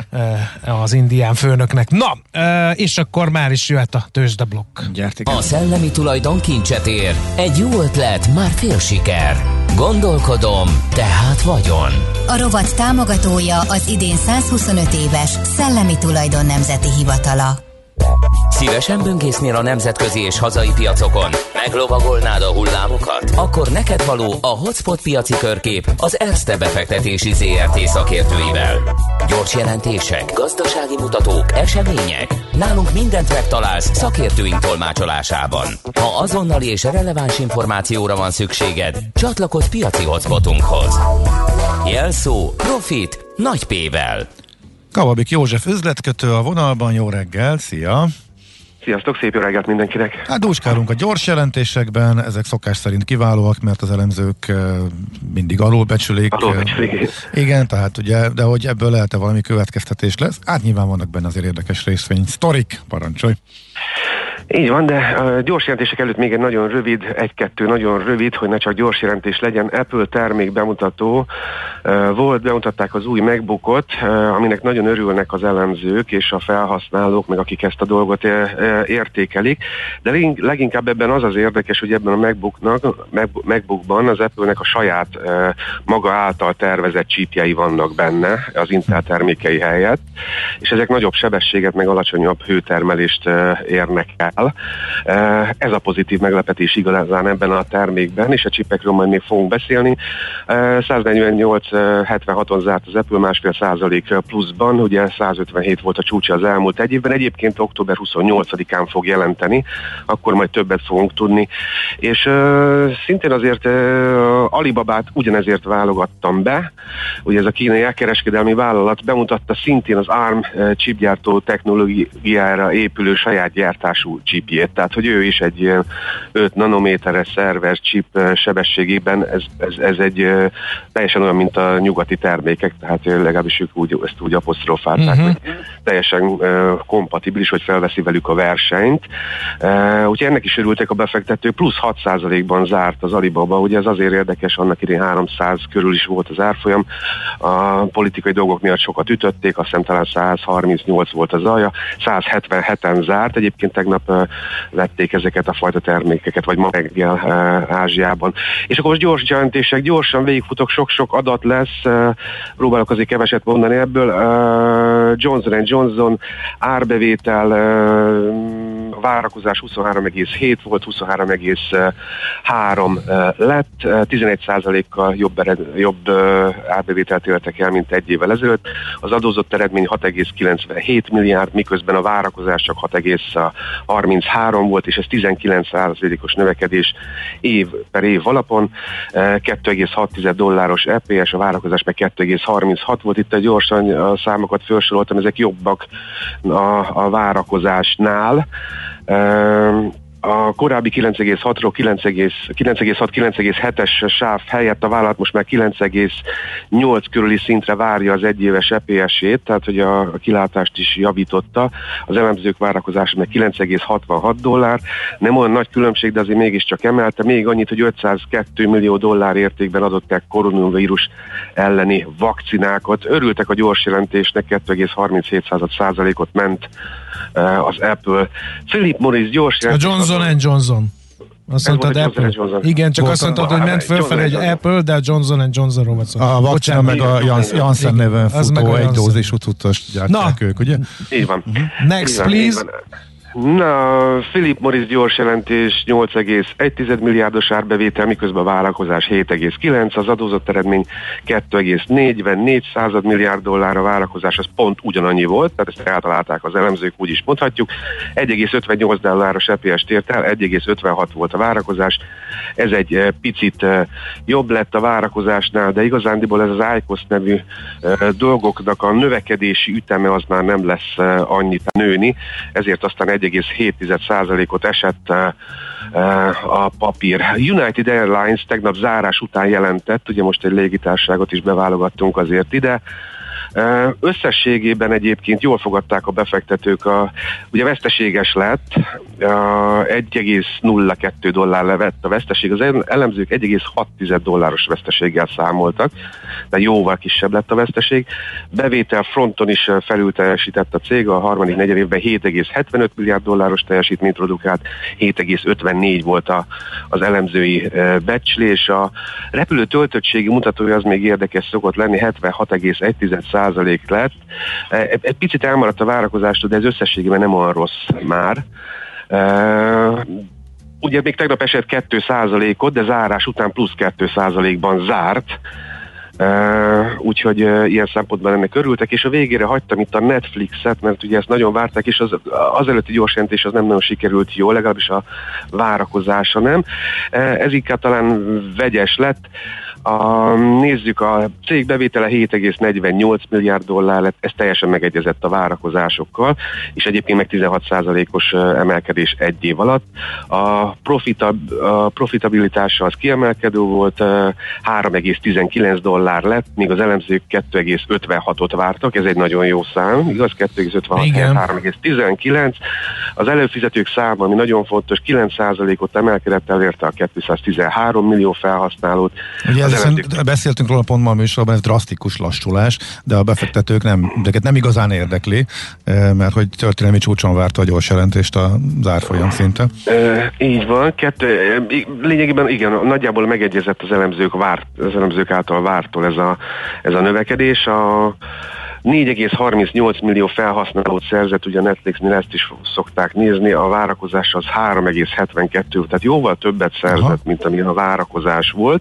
az indián főnöknek. Na, és akkor már is jöhet a tőzsdeblokk. A szellemi tulajdon kincset ér. Egy jó ötlet, már fél siker. Gondolkodom, tehát vagyon. A rovat támogatója az idén százhuszonöt éves Szellemi Tulajdon Nemzeti Hivatala. Szívesen böngésznél a nemzetközi és hazai piacokon? Meglovagolnád a hullámokat? Akkor neked való a Hotspot piaci körkép az Erste befektetési zé er té szakértőivel. Gyors jelentések, gazdasági mutatók, események. Nálunk mindent megtalálsz szakértőink tolmácsolásában. Ha azonnali és releváns információra van szükséged, csatlakozz piaci hotspotunkhoz. Jelszó Profit nagy P-vel. Kababik József üzletkötő a vonalban, jó reggel, szia! Sziasztok, szép jó reggelt mindenkinek! Hát dúskálunk a gyors jelentésekben, ezek szokás szerint kiválóak, mert az elemzők mindig alulbecsülik. Alulbecsülik. Igen, tehát ugye, de hogy ebből lehet-e valami következtetés lesz? Hát nyilván vannak benne azért érdekes részvény. Sztorik, parancsolj! Így van, de a gyors jelentések előtt még egy nagyon rövid, egy-kettő nagyon rövid, hogy ne csak gyors jelentés legyen. Apple termék bemutató volt, bemutatták az új MacBookot, aminek nagyon örülnek az elemzők és a felhasználók, meg akik ezt a dolgot értékelik. De leginkább ebben az az érdekes, hogy ebben a MacBooknak, MacBookban az Apple-nek a saját maga által tervezett chipjei vannak benne az Intel termékei helyett, és ezek nagyobb sebességet, meg alacsonyabb hőtermelést érnek el. Ez a pozitív meglepetés igazán ebben a termékben, és a csipekről majd még fogunk beszélni. száznegyvennyolc hetvenhaton zárt az Apple, másfél százalék pluszban, ugye százötvenhét volt a csúcsa az elmúlt egy évben, egyébként október huszonnyolcadikán fog jelenteni, akkor majd többet fogunk tudni. És uh, szintén azért uh, Alibabát ugyanezért válogattam be, ugye ez a kínai elkereskedelmi vállalat bemutatta szintén az á er em chipgyártó technológiára épülő saját gyártású chipjét, tehát hogy ő is egy ilyen öt nanométeres szerver chip sebességében, ez, ez, ez egy teljesen olyan, mint a nyugati termékek, tehát legalábbis ők úgy, ezt úgy apostrofálták, uh-huh. hogy teljesen uh, kompatibilis, hogy felveszi velük a versenyt. Uh, úgyhogy ennek is örültek a befektető, plusz hat százalékban zárt az Alibaba, ugye ez azért érdekes, annak idén háromszáz körül is volt az árfolyam, a politikai dolgok miatt sokat ütötték, azt hiszem talán száz harmincnyolc volt az alja, száz hetvenheten zárt, egyébként tegnap uh, vették ezeket a fajta termékeket, vagy ma reggel uh, Ázsiában. És akkor most gyors jelentések, gyorsan végigfutok, sok-sok adat lesz, uh, próbálok azért keveset mondani ebből. Uh, Johnson and Johnson árbevétel uh, várakozás huszonhárom egész hét volt, huszonhárom egész három lett, tizenegy százalékkal jobb, ered, jobb árbevételt éltek el, mint egy évvel ezelőtt. Az adózott eredmény hat egész kilencvenhét milliárd, miközben a várakozás csak hat egész harminchárom volt, és ez tizenkilenc százalékos növekedés év per év alapon. kettő egész hat dolláros é pé es, a várakozás meg kettő egész harminchat volt. Itt egy gyorsan a számokat felsoroltam, ezek jobbak a, a várakozásnál. A korábbi kilenc egész hatról kilenc egész hat kilenc egész hetes sáv helyett a vállalat most már kilenc egész nyolc körüli szintre várja az egyéves é pé es-ét, tehát hogy a, a kilátást is javította. Az elemzők várakozása meg kilenc egész hatvanhat dollár, nem olyan nagy különbség, de azért mégiscsak emelte, még annyit, hogy ötszázkettő millió dollár értékben adották koronavírus elleni vakcinákat. Örültek a gyors jelentésnek, kettő egész harminchét százalékot ment az Apple. Philip Morris gyors jelentés. A Johnson and Johnson. Azt mondtad Apple. Johnson. Igen, csak azt mondtad, hogy ment fölfelé egy Apple, de a Johnson and Johnson-ról van szó. A vakcina meg a Janssen néven futó egy dózisú cuccos gyártják ők, ugye? Így van. Next, please. Na, Philip Morris gyors jelentés nyolc egész egy milliárdos árbevétel, miközben a várakozás hét egész kilenc, az adózott eredmény kettő egész negyvennégy milliárd dollár, a várakozás az pont ugyanannyi volt, tehát ezt eltalálták az elemzők, úgy is mondhatjuk. egy egész ötvennyolc dolláros é pé es ért el, egy egész ötvenhat volt a várakozás, ez egy picit jobb lett a várakozásnál, de igazándiból ez az i kos nevű dolgoknak a növekedési üteme az már nem lesz annyit nőni, ezért aztán egy egész hét százalékot esett a papír. United Airlines tegnap zárás után jelentett, ugye most egy légitársaságot is beválogattunk azért ide, összességében egyébként jól fogadták a befektetők, a, ugye veszteséges lett, egy egész nulla kettő dollár levett a veszteség, az elemzők egy egész hat dolláros veszteséggel számoltak, de jóval kisebb lett a veszteség. Bevétel fronton is felülteljesített a cég, a harmadik negyed évben hét egész hetvenöt milliárd dolláros teljesítményt produkált, hét egész ötvennégy volt a, az elemzői becslés. A repülő töltöttségi mutatója az még érdekes szokott lenni, hetvenhat egész egy százalék lett. Egy picit elmaradt a várakozástól, de ez összességében nem olyan rossz már. Ugye még tegnap esett két százalékot, de zárás után plusz két százalékban zárt. Uh, úgyhogy uh, ilyen szempontból ennek örültek, és a végére hagytam itt a Netflixet, mert ugye ezt nagyon várták, és az, az előtti gyors jelentés az nem nagyon sikerült jól, legalábbis a várakozása nem. Uh, ez inkább talán vegyes lett. A, nézzük, a cég bevétele hét egész negyvennyolc milliárd dollár lett, ez teljesen megegyezett a várakozásokkal, és egyébként meg tizenhat százalékos emelkedés egy év alatt. A, profitab, a profitabilitása az kiemelkedő volt, három egész tizenkilenc dollár lett, míg az elemzők kettő egész ötvenhatot vártak, ez egy nagyon jó szám, igaz? kettő egész ötvenhat, három egész tizenkilenc. Az előfizetők száma, ami nagyon fontos, kilenc százalékot emelkedett, elérte a kétszáztizenhárom millió felhasználót. Ugye Először beszéltünk róla pont ma a műsorban, ez drasztikus lassulás, de a befektetők nem, de nem igazán érdekli, mert hogy történelmi csúcson várta a gyors jelentést a zárfolyam szinte. E, így van, kettő, lényegében igen, nagyjából megegyezett az elemzők, várt, az elemzők által vártól ez a, ez a növekedés. A négy egész harmincnyolc millió felhasználót szerzett, ugye a Netflixnél ezt is szokták nézni, a várakozás az három egész hetvenkettő, tehát jóval többet szerzett, aha, mint ami a várakozás volt.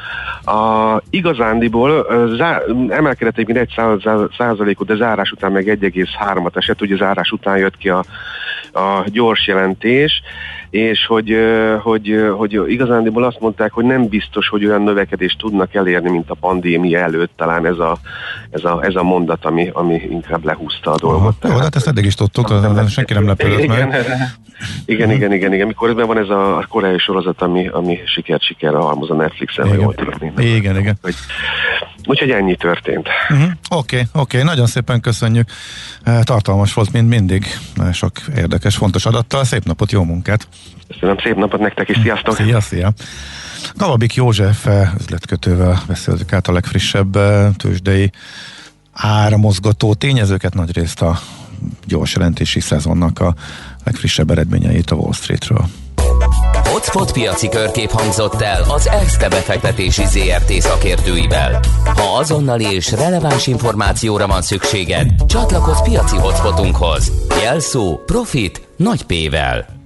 A igazándiból zá, emelkedett egy egy százalékot, de zárás után meg egy egész hármat esett, ugye zárás után jött ki a, a gyors jelentés, és hogy, hogy, hogy igazándiból azt mondták, hogy nem biztos, hogy olyan növekedést tudnak elérni, mint a pandémia előtt, talán ez a, ez a, ez a mondat, ami, ami inkább lehúzta a dolgot. Aha, jó, hát ezt eddig is tudtuk, az senki nem lepődött meg. Igen, igen, igen, igen. Mikor ebben van ez a koreai sorozat, ami, ami sikert sikerre halmoz a Netflixen, ha jól történt. Igen, igen. Hogy, úgyhogy ennyi történt. Oké, uh-huh. oké, okay, okay. Nagyon szépen köszönjük. Tartalmas volt, mint mindig. Sok érdekes, fontos adattal. Szép napot, jó munkát! Köszönöm, szép napot nektek is, sziasztok! Szia, szia! Galambik József üzletkötővel beszéltük át a legfrissebb tőzsdei ármozgató tényezőket, nagyrészt a gyors jelentési szezonnak a legfrissebb eredményeit a Wall Streetről. Hotspot piaci körkép hangzott el az Erste befektetési zé er té szakértőivel. Ha azonnali és releváns információra van szükséged, csatlakozz piaci hotspotunkhoz. Jelszó Profit nagy P-vel.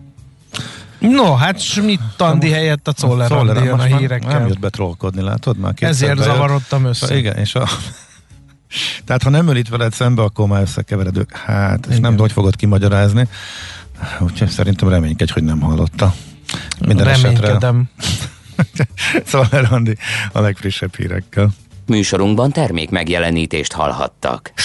No, hát Schmidt Andi helyett a Czoller Andi jön a hírekkel. Nem jött be trollkodni, látod? Már ezért zavarodtam össze. Igen, és a... Tehát ha nem ül itt veled szembe, akkor már összekeveredők. Hát, és nem hogy fogod kimagyarázni. Úgyhogy szerintem reménykedj, hogy nem hallotta. Minden reménykedem. Czoller Andi a legfrissebb hírekkel. Műsorunkban termék megjelenítést hallhattak.